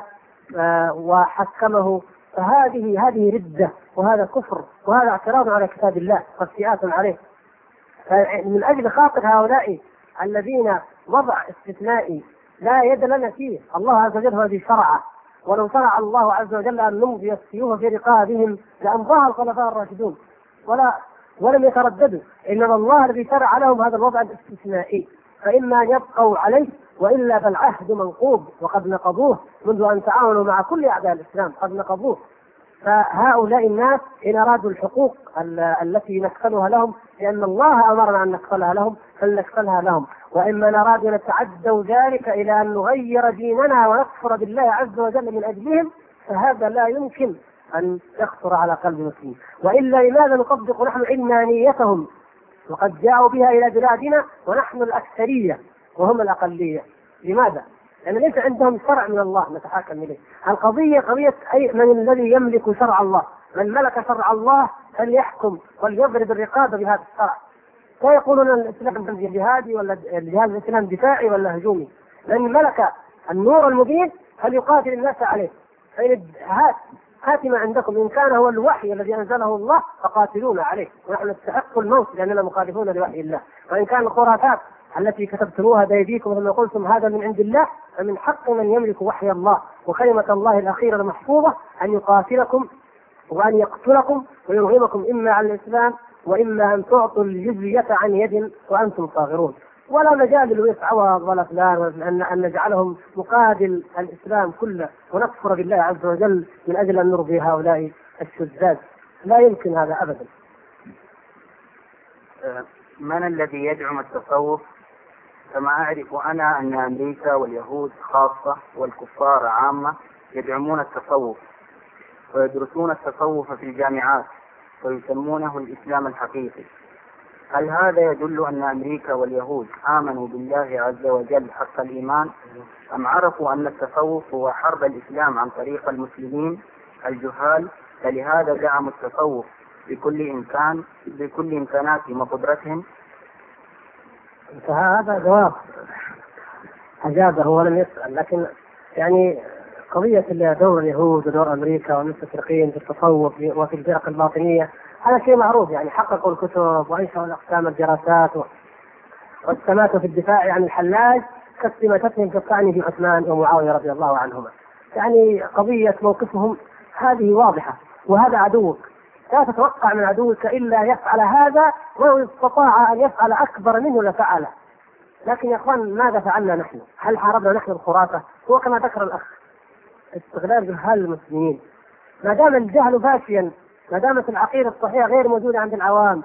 S1: وحكمه فهذه ردة، وهذا كفر، وهذا اعتراض على كتاب الله وافتئات عليه. من أجل خاطر هؤلاء الذين وضع استثنائي لا يد لنا فيه، الله عز وجل هو الذي شرعه، ولو شرع الله عز وجل أن نمضي السيوف في رقابهم لأمضاها الخلفاء الراشدون ولم يترددوا، إنما الله الذي شرع لهم هذا الوضع الاستثنائي، فإما أن يبقوا عليه وإلا فالعهد منقوض، وقد نقضوه منذ أن تعاونوا مع كل أعداء الإسلام، قد نقضوه. فهؤلاء الناس إن أرادوا الحقوق التي نكفلها لهم، لأن الله أمرنا أن نكفلها لهم فلنكفلها لهم، وإما نراد أن نتعدوا ذلك إلى أن نغير ديننا ونكفر بالله عز وجل من أجلهم، فهذا لا يمكن أن يخطر على قلب مسلم. وإلا لماذا نطبق نحن علمانيتهم وقد جاءوا بها إلى بلادنا ونحن الأكثرية وهم الأقلية؟ لماذا؟ لأن ليس عندهم شرع من الله نتحاكم إليه. القضية قضية أي من الذي يملك شرع الله، من ملك شرع الله فليحكم وليضرب الرقاب بهذا الشرع. لا يقولون الإسلام جهادي ولا الجهاد الإسلام دفاعي ولا هجومي، لأن ملك النور المبين فليقاتل الناس عليه. هات ما عندكم، إن كان هو الوحي الذي أنزله الله فقاتلونا عليه، ونحن نستحق الموت لأننا مخالفون لوحي الله. وإن كان الخرافات التي كتبتموها بأيديكم ثم قلتم هذا من عند الله، فمن حق من يملك وحي الله وكلمة الله الأخيرة المحفوظة أن يقاتلكم وأن يقتلكم ويرغمكم إما على الإسلام وإما أن تعطوا الجزية عن يد وأنتم صاغرون. ولا مجال للويس عوض ولا فلان أن نجعلهم مقابل الإسلام كله ونكفر بالله عز وجل من أجل أن نرضي هؤلاء الشذاذ. لا يمكن هذا أبدا.
S3: من الذي يدعم التصوف؟ كما أعرف أنا أن أمريكا واليهود خاصة والكفار عامة يدعمون التصوف ويدرسون التصوف في الجامعات ويسمونه الإسلام الحقيقي. هل هذا يدل أن أمريكا واليهود آمنوا بالله عز وجل حق الإيمان، أم عرفوا أن التصوف هو حرب الإسلام عن طريق المسلمين الجهال، فلهذا دعموا التصوف بكل إمكاناتهم وقدرتهم؟
S1: فهذا جواب أجابه ولم يسأل. لكن يعني قضية دور اليهود ودور أمريكا والمستشرقين في التصوف وفي الفرق الباطنية هذا شيء معروف، يعني حققوا الكتب وأنشأوا الأقسام الدراسات واستماتوا في الدفاع عن الحلاج كاستماتتهم في الطعن في عثمان ومعاوية رضي الله عنهما. يعني قضية موقفهم هذه واضحة، وهذا عدوك، لا تتوقع من عدوك إلا يفعل هذا، ولو استطاع أن يفعل أكبر منه لفعله. لكن يا أخوان ماذا فعلنا نحن؟ هل حاربنا نحن الخرافة؟ هو كما ذكر الأخ استغلال جهال المسلمين. ما دام الجهل فاشيا، ما دامت العقيدة الصحيحة غير موجودة عند العوام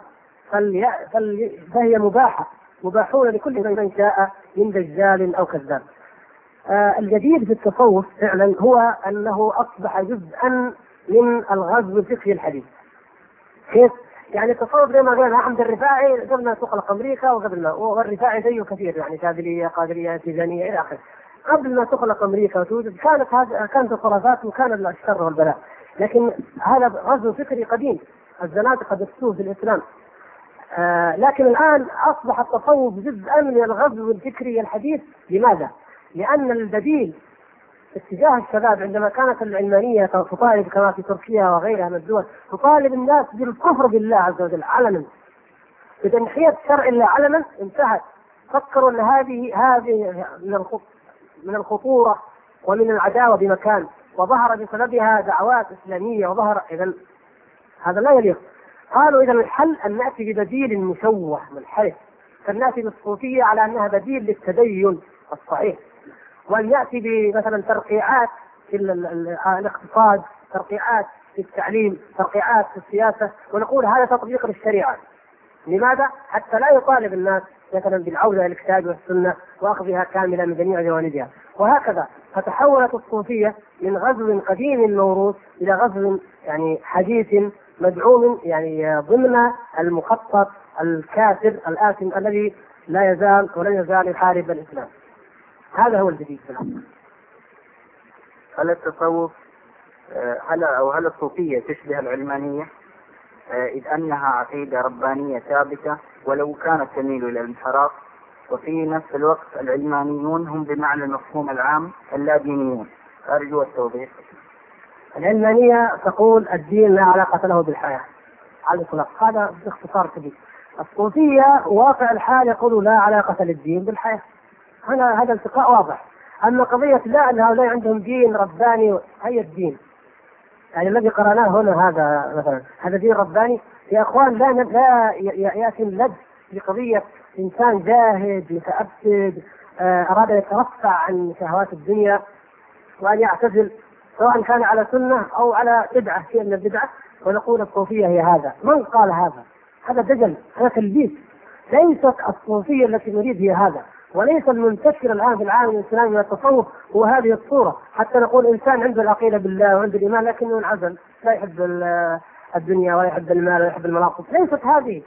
S1: فهي مباحون لكل من شاء من دجال أو كذاب. الجديد في التصوف فعلا هو أنه أصبح جزءا من الغزو الفقهي الحديث. كيف؟ يعني التصوف زي ما قال أحمد الرفاعي قبل ما تخلق أمريكا والرفاعي زيه كثير، يعني شاذلية قادرية تيجانية إلى آخره. قبل ما تخلق أمريكا وتوجد كانت الخرافات وكان الشر والبلاء. لكن هذا غزو فكري قديم، الزنادقة دسوه في الإسلام. لكن الآن أصبح التصوف جزءا من الغزو الفكري الحديث. لماذا؟ لأن البديل اتجاه الشباب عندما كانت العلمانية تطالب كما في تركيا وغيرها من الدول تطالب الناس بالكفر بالله عز وجل علنا، بتنحية شرع الله علنا، انتهت. فكروا أن هذه من الخطورة ومن العداوة بمكان، وظهر بسببها دعوات إسلامية وظهر. إذن هذا لا يليق. قالوا إذا الحل أن نأتي ببديل مشوه منحرف، فنأتي بالصوفية على أنها بديل للتدين الصحيح، وأن يأتي بمثلا ترقيعات في الاقتصاد، ترقيعات في التعليم، ترقيعات في السياسة، ونقول هذا تطبيق للشريعة. لماذا؟ حتى لا يطالب الناس مثلا بالعودة إلى الكتاب والسنة وأخذها كاملة من جميع جوانبها. وهكذا فتحولت الصوفية من غزو قديم موروث إلى غزو يعني حديث مدعوم، يعني ضمن المخطط الكافر الآثم الذي لا يزال ولن يزال يحارب الإسلام. هذا هو الجديد في الأمر.
S3: هل التصوف هل الصوفية تشبه العلمانية؟ إذ أنها عقيدة ربانية ثابتة ولو كانت تميل إلى الانحراف، وفي نفس الوقت العلمانيون هم بمعنى المفهوم العام اللادينيون. أرجو التوضيح.
S1: العلمانية تقول الدين لا علاقة له بالحياة على الإطلاق، هذا باختصار كبير. الصوفية واقع الحال يقول لا علاقة للدين بالحياة، هذا التقاء واضح. أما قضية لا أن هؤلاء عندهم دين رباني، أي الدين يعني الذي قرأناه هنا هذا مثلا هذا دين رباني يا أخوان؟ لا يأتي اللد بقضية إنسان جاهد متأبد أراد أن يترفع عن شهوات الدنيا وأن يعتزل، سواء كان على سنة أو على بدعة، شيء من البدعة، ونقول الصوفية هي هذا. من قال هذا؟ هذا دجل، هذا تلبيس. ليست الصوفية التي نريد هي هذا، وليس المنتشر الآن في العالم الإسلامي من التصوف هو هذه الصورة. حتى نقول إنسان عنده العقيدة بالله وعنده الإيمان لكنه انعزل، لا يحب الدنيا ولا يحب المال ولا يحب المناصب. ليست هذه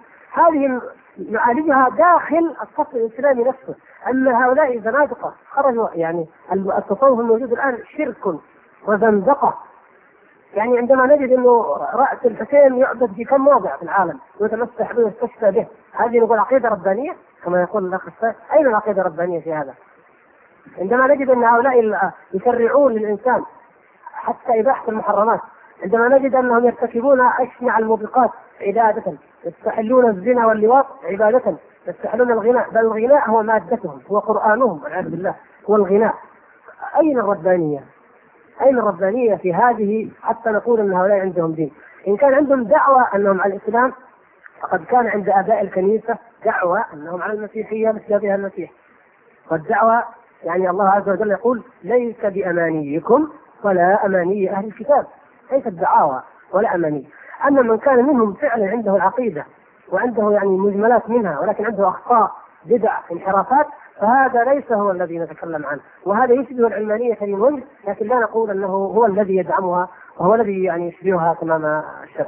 S1: نعالجها داخل الصف الإسلامي نفسه. أما هؤلاء زنادقة خرجوا، يعني التصوف الموجود الآن شرك وزندقة. يعني عندما نجد أنه رأس الحسين يعبد في كم موضع في العالم ويتمسح به ويستشفى به، هذه نقول عقيدة ربانية كما يقول الأخ السائل؟ أين العقيدة الربانية في هذا؟ عندما نجد أن هؤلاء يشرعون للإنسان حتى إباحة المحرمات، عندما نجد أنهم يرتكبون أشنع الموبقات عبادة، يستحلون الزنا واللواط عبادة، يستحلون الغناء، بل الغناء هو مادتهم، هو قرآنهم والعياذ بالله، هو الغناء. أين الربانية؟ أين الربانية في هذه حتى نقول أن هؤلاء عندهم دين؟ إن كان عندهم دعوة أنهم على الإسلام فقد كان عند آباء الكنيسة دعوة أنهم على المسيحية مثل بها المسيح. والدعوة يعني الله عز وجل يقول ليس بأمانيكم ولا أماني أهل الكتاب، ليست دعاوى ولا أماني. أما من كان منهم فعلا عنده العقيدة وعنده يعني مجملات منها ولكن عنده أخطاء بدع انحرافات، فهذا ليس هو الذي نتكلم عنه، وهذا يشبه العلمانية من وجه، لكن لا نقول أنه هو الذي يدعمها وهو الذي يعني يشبهها تمام الشبه.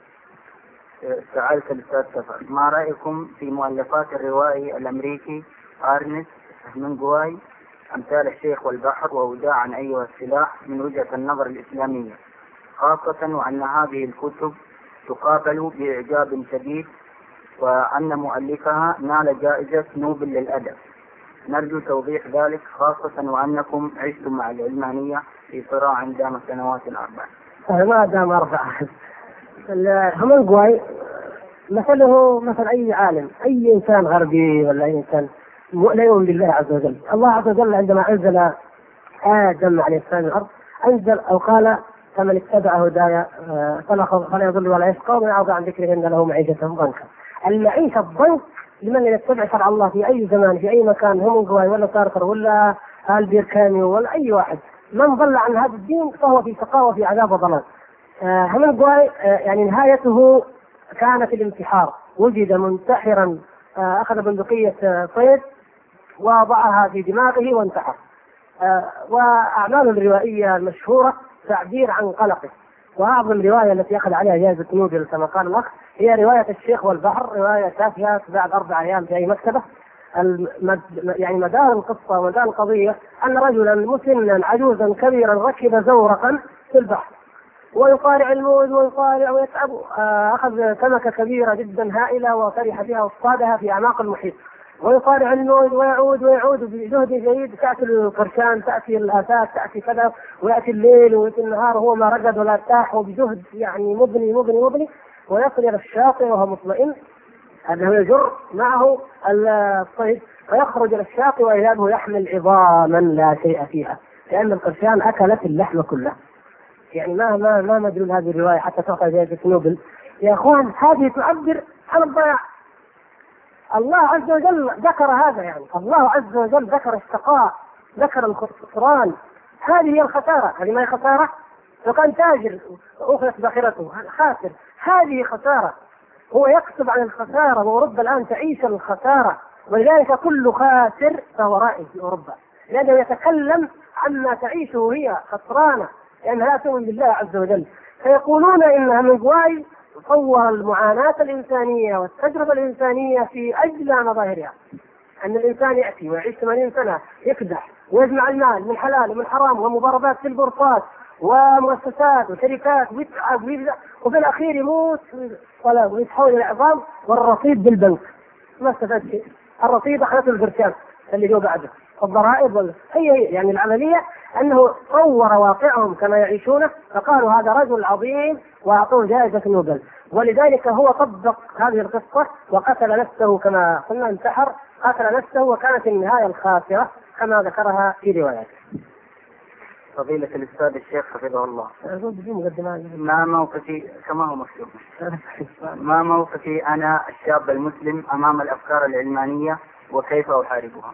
S3: سألت الأستاذ سفر ما رأيكم في مؤلفات الروائي الأمريكي أرنست هيمنغواي أمثال الشيخ والبحر ووداعا أيها السلاح من وجهة النظر الإسلامية، خاصة وأن هذه الكتب تقابل بإعجاب شديد وأن مؤلفها نال جائزة نوبل للأدب؟ نرجو توضيح ذلك، خاصة وأنكم عشتم مع العلمانية في صراع دام سنوات 4.
S1: ما دام 4. هيمنغواي مثله مثل أي عالم، أي إنسان غربي ولا أي إنسان لا يؤمن بالله عز وجل. الله عز وجل عندما أنزل آدم عليه السلام الأرض أنزل أو قال فمن اتبع هدايا فلا يضل ولا يشقى ومن أعرض عن ذكري إن له معيشة ضنكا. المعيشة الضنك لمن يتبع شرع الله في أي زمان في أي مكان، هيمنغواي ولا سارتر ولا ألبير كاميو ولا أي واحد، من ضل عن هذا الدين فهو في شقاء وفي عذاب وضلال. هيمنغواي يعني نهايته كانت الانتحار، وجد منتحرا، أخذ بندقية صيد ووضعها في دماغه وانتحر. وأعماله الروائية المشهورة تعبير عن قلقه، وأعظم رواية التي أخذ عليها جائزة نوبل كما قال الأخ هي رواية الشيخ والبحر، رواية تافهة بعد 4 أيام في أي مكتبة. يعني مدار القصة ومدار القضية أن رجلا مسنا عجوزا كبيرا ركب زورقا في البحر ويقارع الموج ويقارع ويتعب، أخذ سمكة كبيرة جدا هائلة وفرح بها واصطادها في أعماق المحيط، ويقارع الموج ويعود بجهد جيد، تأتي القرشان، تأتي الآفات، تأتي كذا، ويأتي الليل ويأتي النهار وهو ما رقد ولا ارتاح، وبجهد يعني مبني ويصل إلى الشاطئ وهو مطمئن أنه يجر معه الصيد، فيخرج إلى الشاطئ وإذا هو يحمل عظاما لا شيء فيها لأن القرشان أكلت اللحم كله. يعني ما مدلول هذه الرواية حتى تعطى جائزة نوبل يا أخوان؟ هذه تعبر عن الضياع. الله عز وجل ذكر هذا، يعني الله عز وجل ذكر الشقاء، ذكر الخسران. هذه هي الخسارة. هذه ما هي خسارة؟ لو كان تاجر أخذت باخرته خاسر، هذه خسارة. هو يكتب عن الخسارة، وأوروبا الآن تعيش الخسارة، ولذلك كل خاسر فهو رائد في أوروبا، لأنه يتكلم عما تعيشه هي خسرانة لأنها لا تؤمن بالله عز وجل. فيقولون إن هيمنغواي صور المعاناة الإنسانية والتجربة الإنسانية في أجل مظاهرها، أن الإنسان يأتي ويعيش 80 سنة يكدح ويجمع المال من حلال ومن حرام ومضاربات في البورصات ومؤسسات وشركات ويتعب وفي الأخير يموت ويتحول إلى عظام والرصيد بالبنك. ما استفاد شيء، الرصيد أخذته القرشان اللي جو بعده، الضرائب هي يعني العملية أنه صور واقعهم كما يعيشونه، فقالوا هذا رجل عظيم وأعطوه جائزة نوبل. ولذلك هو طبق هذه القصة وقتل نفسه كما قلنا، انتحر، قتل نفسه، وكانت النهاية الخاسرة كما ذكرها في رواياته.
S3: فضيلة الأستاذ الشيخ حفظه الله، ما موقفي كما هو مكتوب ما موقفي أنا الشاب المسلم أمام الأفكار العلمانية وكيف أحاربها؟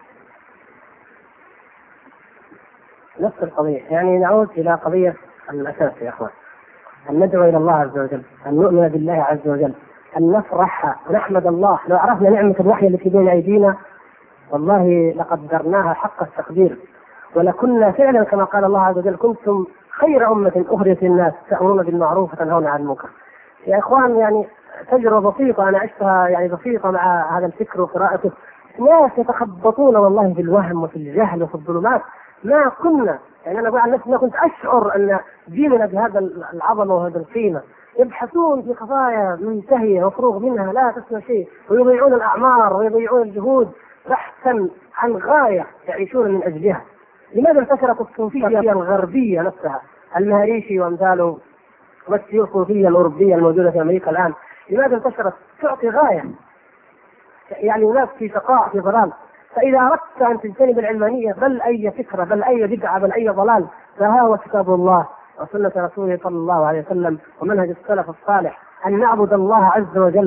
S1: نفس القضية، يعني نعود إلى قضية الأساس يا أخوان، أن ندعو إلى الله عز وجل، أن نؤمن بالله عز وجل، أن نفرح ونحمد الله. لو عرفنا نعمة الوحي التي بين أيدينا والله لقدرناها حق التقدير، ولكنا فعلا كما قال الله عز وجل كنتم خير أمة أخرجت للناس تأمرون بالمعروف وتنهون عن المنكر. يا إخوان يعني تجربة بسيطة أنا عشتها، يعني بسيطة مع هذا الفكر وقراءته، ناس يتخبطون والله في الوهم وفي الجهل وفي الظلمات. ما كنا، يعني أنا أقول عن نفسي ما كنت أشعر أن ديننا بهذا العظمة وهذا القيمة. يبحثون في قضايا منتهية وفروغ منها لا تسمى شيء، ويضيعون الأعمار ويضيعون الجهود بحثا عن غاية يعيشون من أجلها. لماذا انتشرت الصوفية الغربية نفسها، المهريشي وأمثاله والصوفية الأوروبية الموجودة في أمريكا الآن؟ لماذا انتشرت؟ تعطي غاية، يعني ناس في شقاء في ضلال. فإذا أردت أن تجتنب العلمانية بل أي فكرة بل أي بدعة بل أي ضلال، فها هو كتاب الله وسنة رسوله صلى الله عليه وسلم ومنهج السلف الصالح، أن نعبد الله عز وجل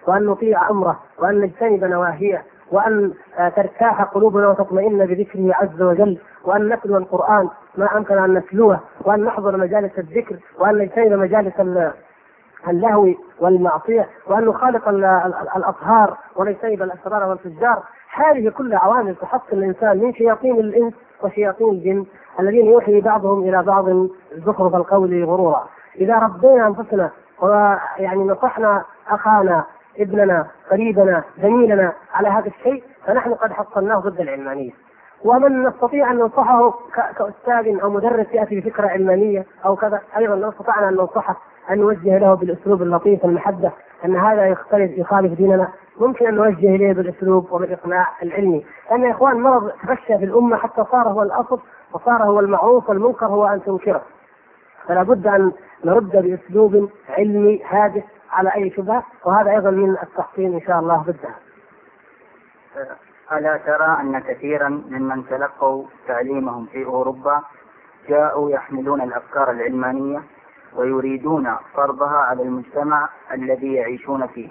S1: وأن نطيع أمره وأن نجتنب نواهيه، وأن ترتاح قلوبنا وتطمئن بذكره عز وجل، وأن نتلو القرآن ما أمكن أن نتلوه، وأن نحضر مجالس الذكر، وأن نجتنب مجالس اللهو والمعصية، وأن نخالط الأطهار ونجتنب الأسرار والفجار. هذه كلها عوامل تحصن الإنسان من شياطين الإنس وشياطين الجن الذين يوحي بعضهم إلى بعض زخرف القول غرورا. إذا ربينا أنفسنا ويعني نصحنا أخانا ابننا قريبنا زميلنا على هذا الشيء فنحن قد حصلناه ضد العلمانية. ومن نستطيع أن ننصحه كأستاذ أو مدرس يأتي بفكرة علمانية أو كذا، أيضا لو استطعنا أن ننصحه أن نوجه له بالأسلوب اللطيف المحدث أن هذا يخالف ديننا، ممكن أن نوجه إليه بالأسلوب وبالإقناع العلمي. لأن يا إخوان مرض تفشى في الأمة حتى صار هو الأصل وصار هو المعروف، والمنكر هو أن تنكره. فلا بد أن نرد بأسلوب علمي هادف على أي شبهة، وهذا أيضا من التحصين إن شاء الله ضدها.
S3: ألا ترى أن كثيرا ممن تلقوا تعليمهم في أوروبا جاءوا يحملون الأفكار العلمانية ويريدون فرضها على المجتمع الذي يعيشون فيه؟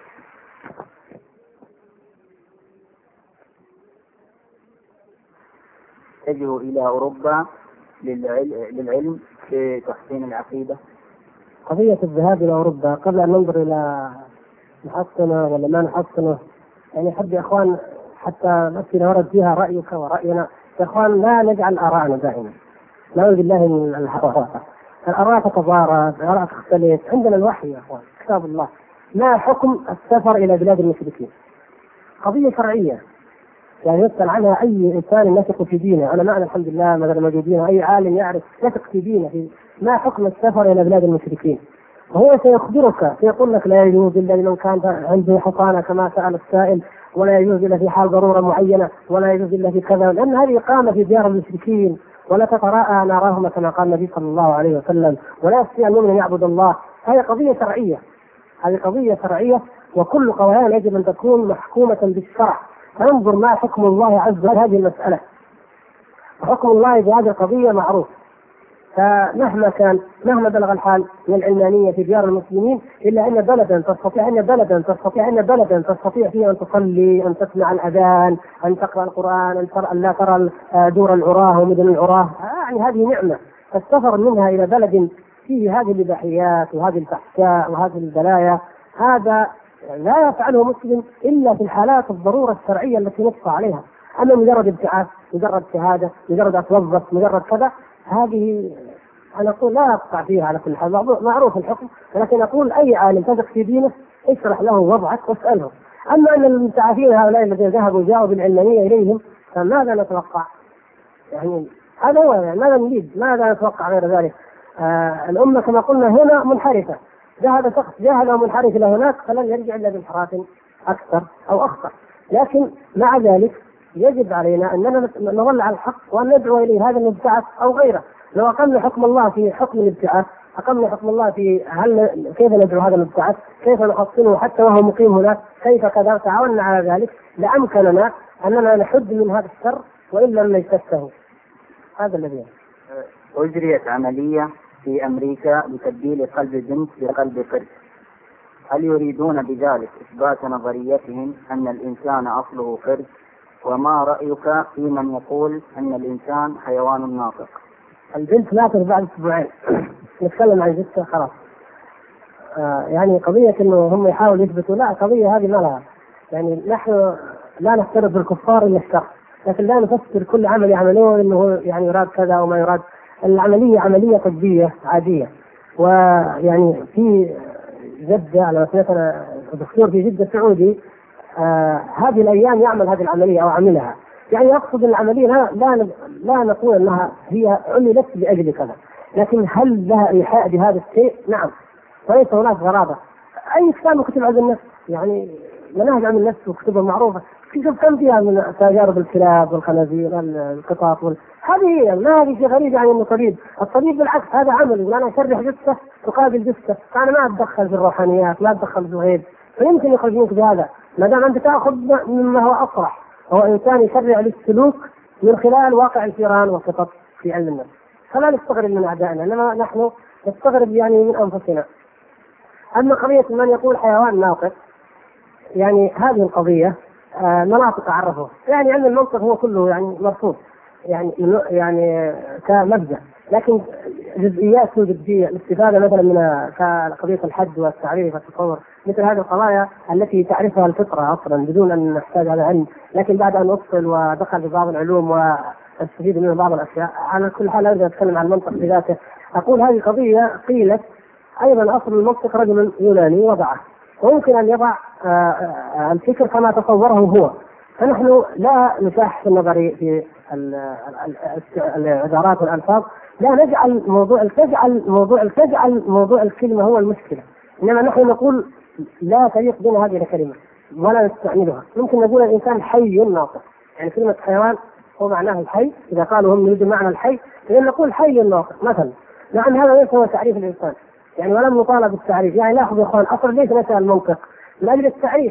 S3: اتجهوا إلى أوروبا للعلم في تحسين العقيدة.
S1: قضية الذهاب إلى أوروبا قبل أن ننظر إلى نحسنه ولا ما نحسنه، يعني حد يا إخوان حتى مسألة ورد فيها رأيك ورأينا، يا إخوان لا نجعل آراءنا دائما، نعوذ بالله من الحقائق. الآراء تتضارب، الآراء تختلف، عندنا الوحي يا إخوان كتاب الله. ما حكم السفر إلى بلاد المشركين؟ قضية شرعية يعني يسأل عنها أي إنسان يثق في دينه، أنا معنا الحمد لله مثلا موجودين، أي عالم يعرف يثق في دينه ما حكم السفر إلى بلاد المشركين. وهو سيخبرك سيقول لك لا يجوز إلا لمن كان عنده حصانة كما سأل السائل، ولا يجوز إلا في حال ضرورة معينة، ولا يجوز إلا في كذا، لأن هذه إقامة في ديار المشركين ولا تتراءى نارهم كما قال النبي صلى الله عليه وسلم، ولا يستطيع المؤمن أن يعبد الله. هذه قضية شرعية، هذه قضية شرعية، وكل قضايا يجب أن تكون محكومة بالشرع. فننظر ما حكم الله عز وجل هذه المسألة. حكم الله في هذه القضية معروف، فمهما كان مهما بلغ الحال من العلمانية في ديار المسلمين إلا أن بلدا تستطيع فيها أن تصلي، أن تسمع الأذان، أن تقرأ القرآن، أن لا ترى دور العراه ومدن العراه، يعني هذه نعمة. فالسفر منها إلى بلد فيه هذه الإباحيات وهذه الفحشاء وهذه البلايا هذا لا يفعله مسلم إلا في الحالات الضرورة الشرعية التي نص عليها. أما مجرد ابتعاث، مجرد شهادة، مجرد أتوظف، مجرد كذا، هذه أنا أقول لا أقطع فيها على كل حال، معروف الحكم، ولكن أقول أي عالم تثق في دينه اشرح له وضعك واسأله. أما أن المتعافين هؤلاء الذين ذهبوا جاءوا بالعلمانية إليهم فماذا نتوقع؟ يعني هذا هو يعني ماذا نريد؟ ماذا نتوقع غير ذلك؟ الأمة كما قلنا هنا منحرفة، ذهب شخص جاهل أو منحرف إلى هناك فلن يرجع إلا بانحراف أكثر أو أخطر. لكن مع ذلك يجب علينا أننا نظل على الحق وأن ندعو إليه هذا الابتعاث أو غيره. لو أقمنا حكم الله في حكم الابتعاث، أقمنا حكم الله في كيف ندعو هذا الابتعاث، كيف نحصنه حتى وهو مقيم هناك، كيف كذا، تعاوننا على ذلك لأمكننا أننا نحد من هذا الشر وإن لم نجتثه. هذا الذي
S3: أجريت عملية في أمريكا لتبديل قلب البنت بقلب قرد، هل يريدون بذلك إثبات نظريتهم أن الإنسان أصله قرد؟ وما رأيك في من يقول أن الإنسان حيوان ناطق؟
S1: البنت ماتت بعد أسبوعين نتكلم عن جثة خلاص. يعني قضية إنه هم يحاولوا يثبتوا، لا قضية هذه ما لها، يعني نحن لا نفترض بالكفار إلا الشر، لكن لا نفسر كل عملية إنه يعني يراد كذا أو ما يراد. العملية عملية طبية عادية، ويعني في جدة على مثلا دكتور في جدة سعودي هذه الأيام يعمل هذه العملية أو عملها، يعني يقصد العملية لا نقول أنها هي عملت لأجل كذا، لكن هل لها إيحاء بهذا الشيء؟ نعم، وليس هناك غرابة. أي كتاب كتب علم النفس، يعني مناهج علم النفس وكتبها معروفة، شوف كم فيها من تجارب الكلاب والخنازير القطط هذه هي، ما هذه شيء غريب يعني انه الطبيب بالعكس هذا عملي، وانا اشرح جثه تقابل جثه، فانا ما اتدخل في الروحانيات، ما اتدخل في الغيب، فيمكن يخرج منك بهذا ما دام انت تاخذ مما هو اصرح، هو انسان يشرع للسلوك من خلال واقع الفيران والقطط في علم النفس. فلا نستغرب من اعدائنا، انما نحن نستغرب يعني من انفسنا. اما قضيه من يقول حيوان ناطق، يعني هذه القضية مناطق أعرفها، يعني علم المنطق هو كله يعني مرفوض يعني كمبدأ، لكن جزئيات جدية الاستفادة مثلا من قضية الحد والتعريف والتصور، مثل هذه القضايا التي تعرفها الفطرة أصلا بدون أن نحتاج هذا علم، لكن بعد أن أفصل ودخل في بعض العلوم واستفيد منه بعض الأشياء. على كل حال أريد أتكلم عن المنطق بذاته. أقول هذه قضية قيلت أيضا أصل المنطق رجل يوناني وضعه، ويمكن أن يضع الفكر كما تصوره هو، فنحن لا نشاح في النظر في العبارات والألفاظ، لا نجعل موضوع الكلمة هو المشكلة، إنما نحن نقول لا تليق بنا هذه الكلمة ولا نستعملها. ممكن نقول الإنسان حي ناطق، يعني كلمة حيوان هو معناه الحي، إذا قالوا هم يريدون معنى الحي لأن نقول حي ناطق مثلا. نعم هذا ليس هو تعريف الإنسان، يعني ولم نطالب بالتعريف. يعني لاحظوا يا إخوان، أصلا ليس نسأل المنطق من أجل التعريف.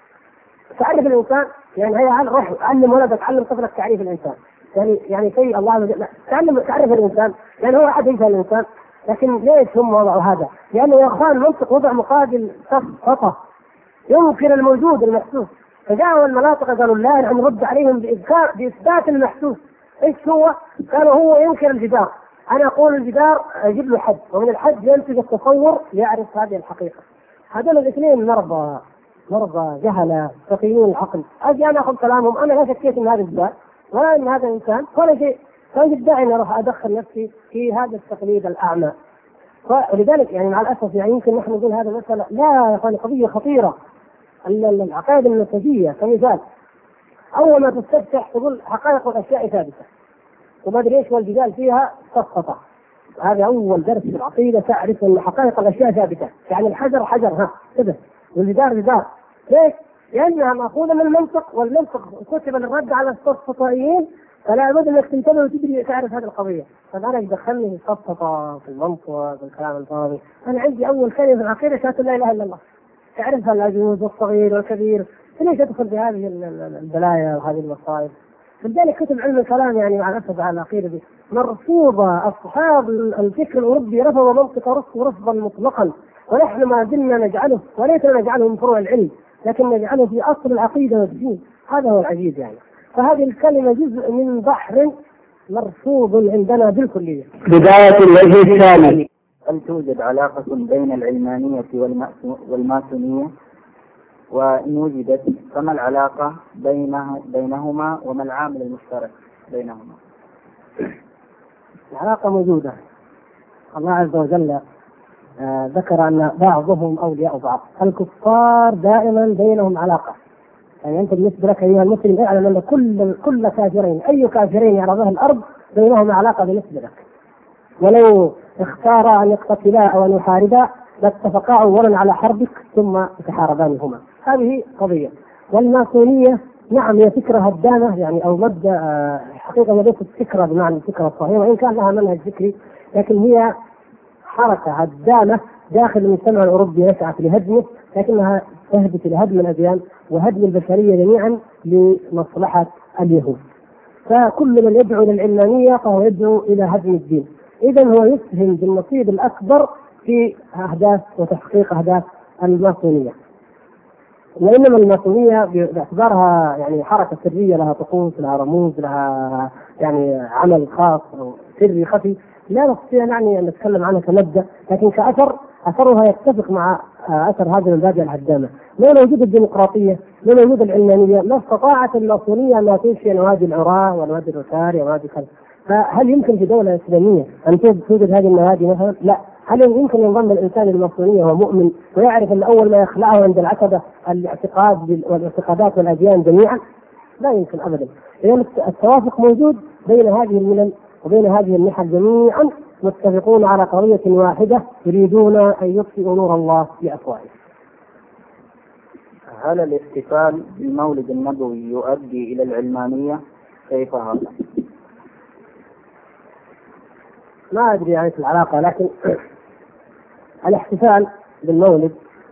S1: تعرف الإنسان يعني هي روح علم ولدك، علم طفلك تعريف الإنسان، يعني شيء الله عز وجل تعرف الإنسان، يعني هو أحد يفهم الإنسان. لكن ليش هم وضعوا هذا؟ لأنه يا إخوان المنطق وضع مقابل سقطة ينكر الموجود المحسوس، فجاءوا المناطق قالوا لا نحن نرد عليهم بإثبات المحسوس. إيش هو؟ قالوا هو ينكر الجدار، أنا أقول الجدار أجيب له حد، ومن الحد ينتج التصور يعرف هذه الحقيقة. هذول الاثنين مرضى جهلة ثقيلين العقل. أجي أنا أخذ كلامهم، أنا لا شكيت إن هذا الجدار ولا إن هذا إنسان ولا شيء، فأجد الداعي أن أروح أدخل نفسي في هذا التقليد الأعمى. ولذلك يعني مع الأسف يعني يمكن نحن نقول هذا مسألة، لا يا أخواني قضية خطيرة. العقائد النسجية كمثال، أول ما تستفتح تقول حقائق الأشياء ثابتة وما أدري إيش والجدال فيها سقطة. هذا أول درس في العقيدة، تعرف أن حقائق الأشياء ثابتة، يعني الحجر حجر كده والجدار جدار. ليش؟ لأنها مأخوذة من المنطق، والمنطق كتب للرد على السقطائيين، فلا بد انك تنتبه وتدري تعرف هذه القضيه. طب انا دخلني في السقطه في المنطق في الكلام الفاضي، انا عندي اول كلمه في العقيده شهاده لا اله الا الله، تعرفها العجوز والصغير والكبير، فليش ادخل في هذه البلايا وهذه المصائب؟ لذلك كتب علم الكلام يعني مع الاسف على العقيده دي مرفوضه. اصحاب الفكر الاوروبي رفضوا منطق رفضا مطلقا، ونحن ما زلنا نجعله، وليس نجعله من فروع العلم لكن نجعله في اصل العقيده والدين. هذا هو العجيب يعني. فهذه الكلمة جزء من بحر مرفوض عندنا بالكلية.
S3: بداية الوجه الثاني، هل توجد علاقة بين العلمانية والماسونية؟ وإن وجدت فما العلاقة بينهما وما العامل المشترك بينهما؟
S1: العلاقة موجودة. الله عز وجل ذكر أن بعضهم أولياء بعض. الكفار دائما بينهم علاقة، يعني أنت بالنسبة لك أيها المسلم اعلم أن كل كافرين، أي كافرين على ظهر الأرض بينهم علاقة بالنسبة لك، ولو اختارا أن يقتتلا أو أن يحاربا لاتفقا أولا على حربك ثم يتحاربانهما. هذه قضية. والماسونية نعم هي فكرة هدامة يعني، أو مبدأ حقيقة ليست فكرة بمعنى الفكرة الصحيحة، وإن كان لها منهج فكري، لكن هي حركة هدامة داخل المجتمع الأوروبي نسعت لهدمه، لكنها تهدف إلى هدم الأديان وهدم البشرية جميعا لمصلحة اليهود. فكل من يدعو للعلمانية فهو يدعو إلى هدم الدين، إذن هو يسهم بالنصيب الأكبر في أهداف وتحقيق أهداف الماسونية. وإنما الماسونية باعتبارها يعني حركة سرية لها طقوس، لها رموز، لها يعني عمل خاص أو سري خفي، لا نستطيع يعني أن نتكلم عنها كمبدأ، لكن أثرها يتفق مع أثر هذه المبادئ الهدامة. لولا وجود الديمقراطية، لولا وجود العلمانية، لا استطاعت الماسونية أن تنشئ نوادي العراة ونوادي الروتاري ونوادي كذا. فهل يمكن في دولة إسلامية أن توجد هذه النوادي مثلا؟ لا. هل يمكن ينضم الإنسان للماسونية وهو مؤمن ويعرف أن أول ما يخلعه عند العتبة الاعتقاد والاعتقادات والأديان جميعا؟ لا يمكن أبدا. إذن التوافق موجود بين هذه الملل وبين هذه النحل، جميعا متفقون على قضية واحدة، يريدون أن يطفئوا نور الله بأفواههم.
S3: هل الاحتفال بالمولد النبوي يؤدي إلى العلمانية؟ كيف هذا؟
S1: ما أدري يعني العلاقة، لكن الاحتفال بالمولد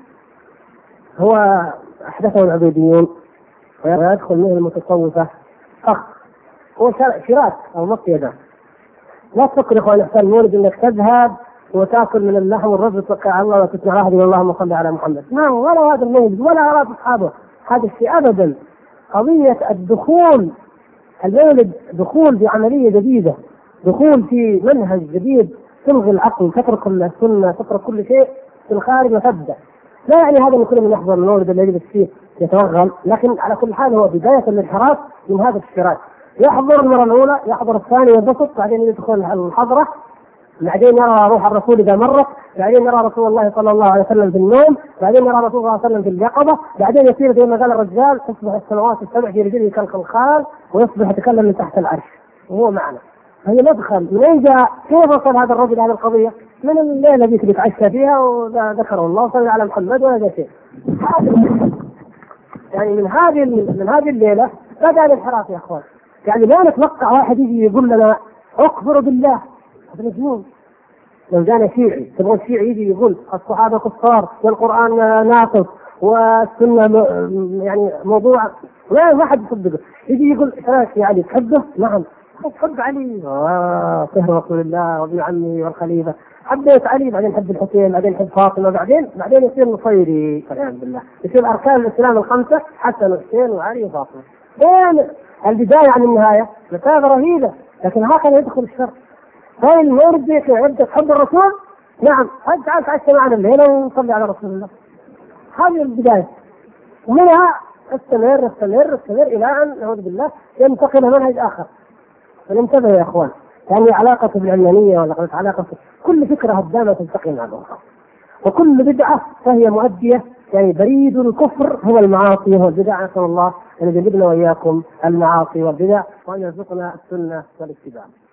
S1: هو أحدثه العبيديون ويدخل منه المتصوفة فخ، هو شراك أو مقيدة. لا تفكر يا اخوان احسان المولد انك تذهب وتاكل من اللحم والرز وتوكل على الله وتسمع واحد يقول اللهم صل على محمد. ما ولا هذا المولد ولا أراد أصحابه هذا الشيء أبدا. قضية الدخول المولد دخول في عملية جديدة، دخول في منهج جديد، تلغي العقل، تترك السنة، تترك كل شيء في الخارج وتبدأ. لا يعني هذا من كل من يحضر المولد اللي يجلس فيه يتوغل، لكن على كل حال هو بداية الانحراف من هذا الاشتراك. يحضر المرة الأولى، يحضر الثانية ينبسط، بعدين يدخل الحضرة، بعدين يرى روح الرسول إذا مرت، بعدين يرى رسول الله صلى الله عليه وسلم في النوم، بعدين يرى رسول الله صلى الله عليه وسلم في اليقظة، بعدين يصير زي ما قال الرجال تصبح السماوات السبع في رجله كالخلخال ويصبح يتكلم من تحت العرش وهو معنا. هي مدخل من أين جاء؟ كيف وصل هذا الرجل هذه القضية؟ من الليلة ذيك اللي تعشى فيها وذكره الله صلى على محمد ولا شيء. يعني من هذه الليلة بدأ الانحراف يا اخوان. يعني لا نتوقع واحد يجي يقول لنا اكفر بالله، هذا مجنون. لو جانا شيعي، تبغى الشيعي يجي يقول الصحابة كفار والقرآن ناقص والسنة يعني موضوع ما حد يصدقه، يجي يقول يا علي تحبه؟ نعم حب علي، فهم رسول الله وابن عمي والخليفة، حبيت علي، بعدين حب الحسين، بعدين حب فاطمة، بعدين يصير نصيري والعياذ بالله، يصير أركان الإسلام الخمسة حسن وحسين وعلي وفاطمة. وين البداية عن النهاية؟ مسافة رهيبة، لكن هكذا يدخل الشر. هاي المورد يبدأ تحب الرسول؟ نعم، تعال تعشى معنا الليلة ونصلي على رسول الله. هذه البداية، ومنها استمر إلى أن نعوذ بالله ينتقل منهج آخر. فننتبه يا إخوان، يعني علاقة بالعلمانية ولا علاقة كل فكرة هدامة تلتقي مع الأخرى، وكل بدعة فهي مؤدية، يعني بريد الكفر هو المعاصي والبدع. نسأل الله أن يجنبنا وإياكم المعاصي والبدع وأن يرزقنا السنة والاتباع.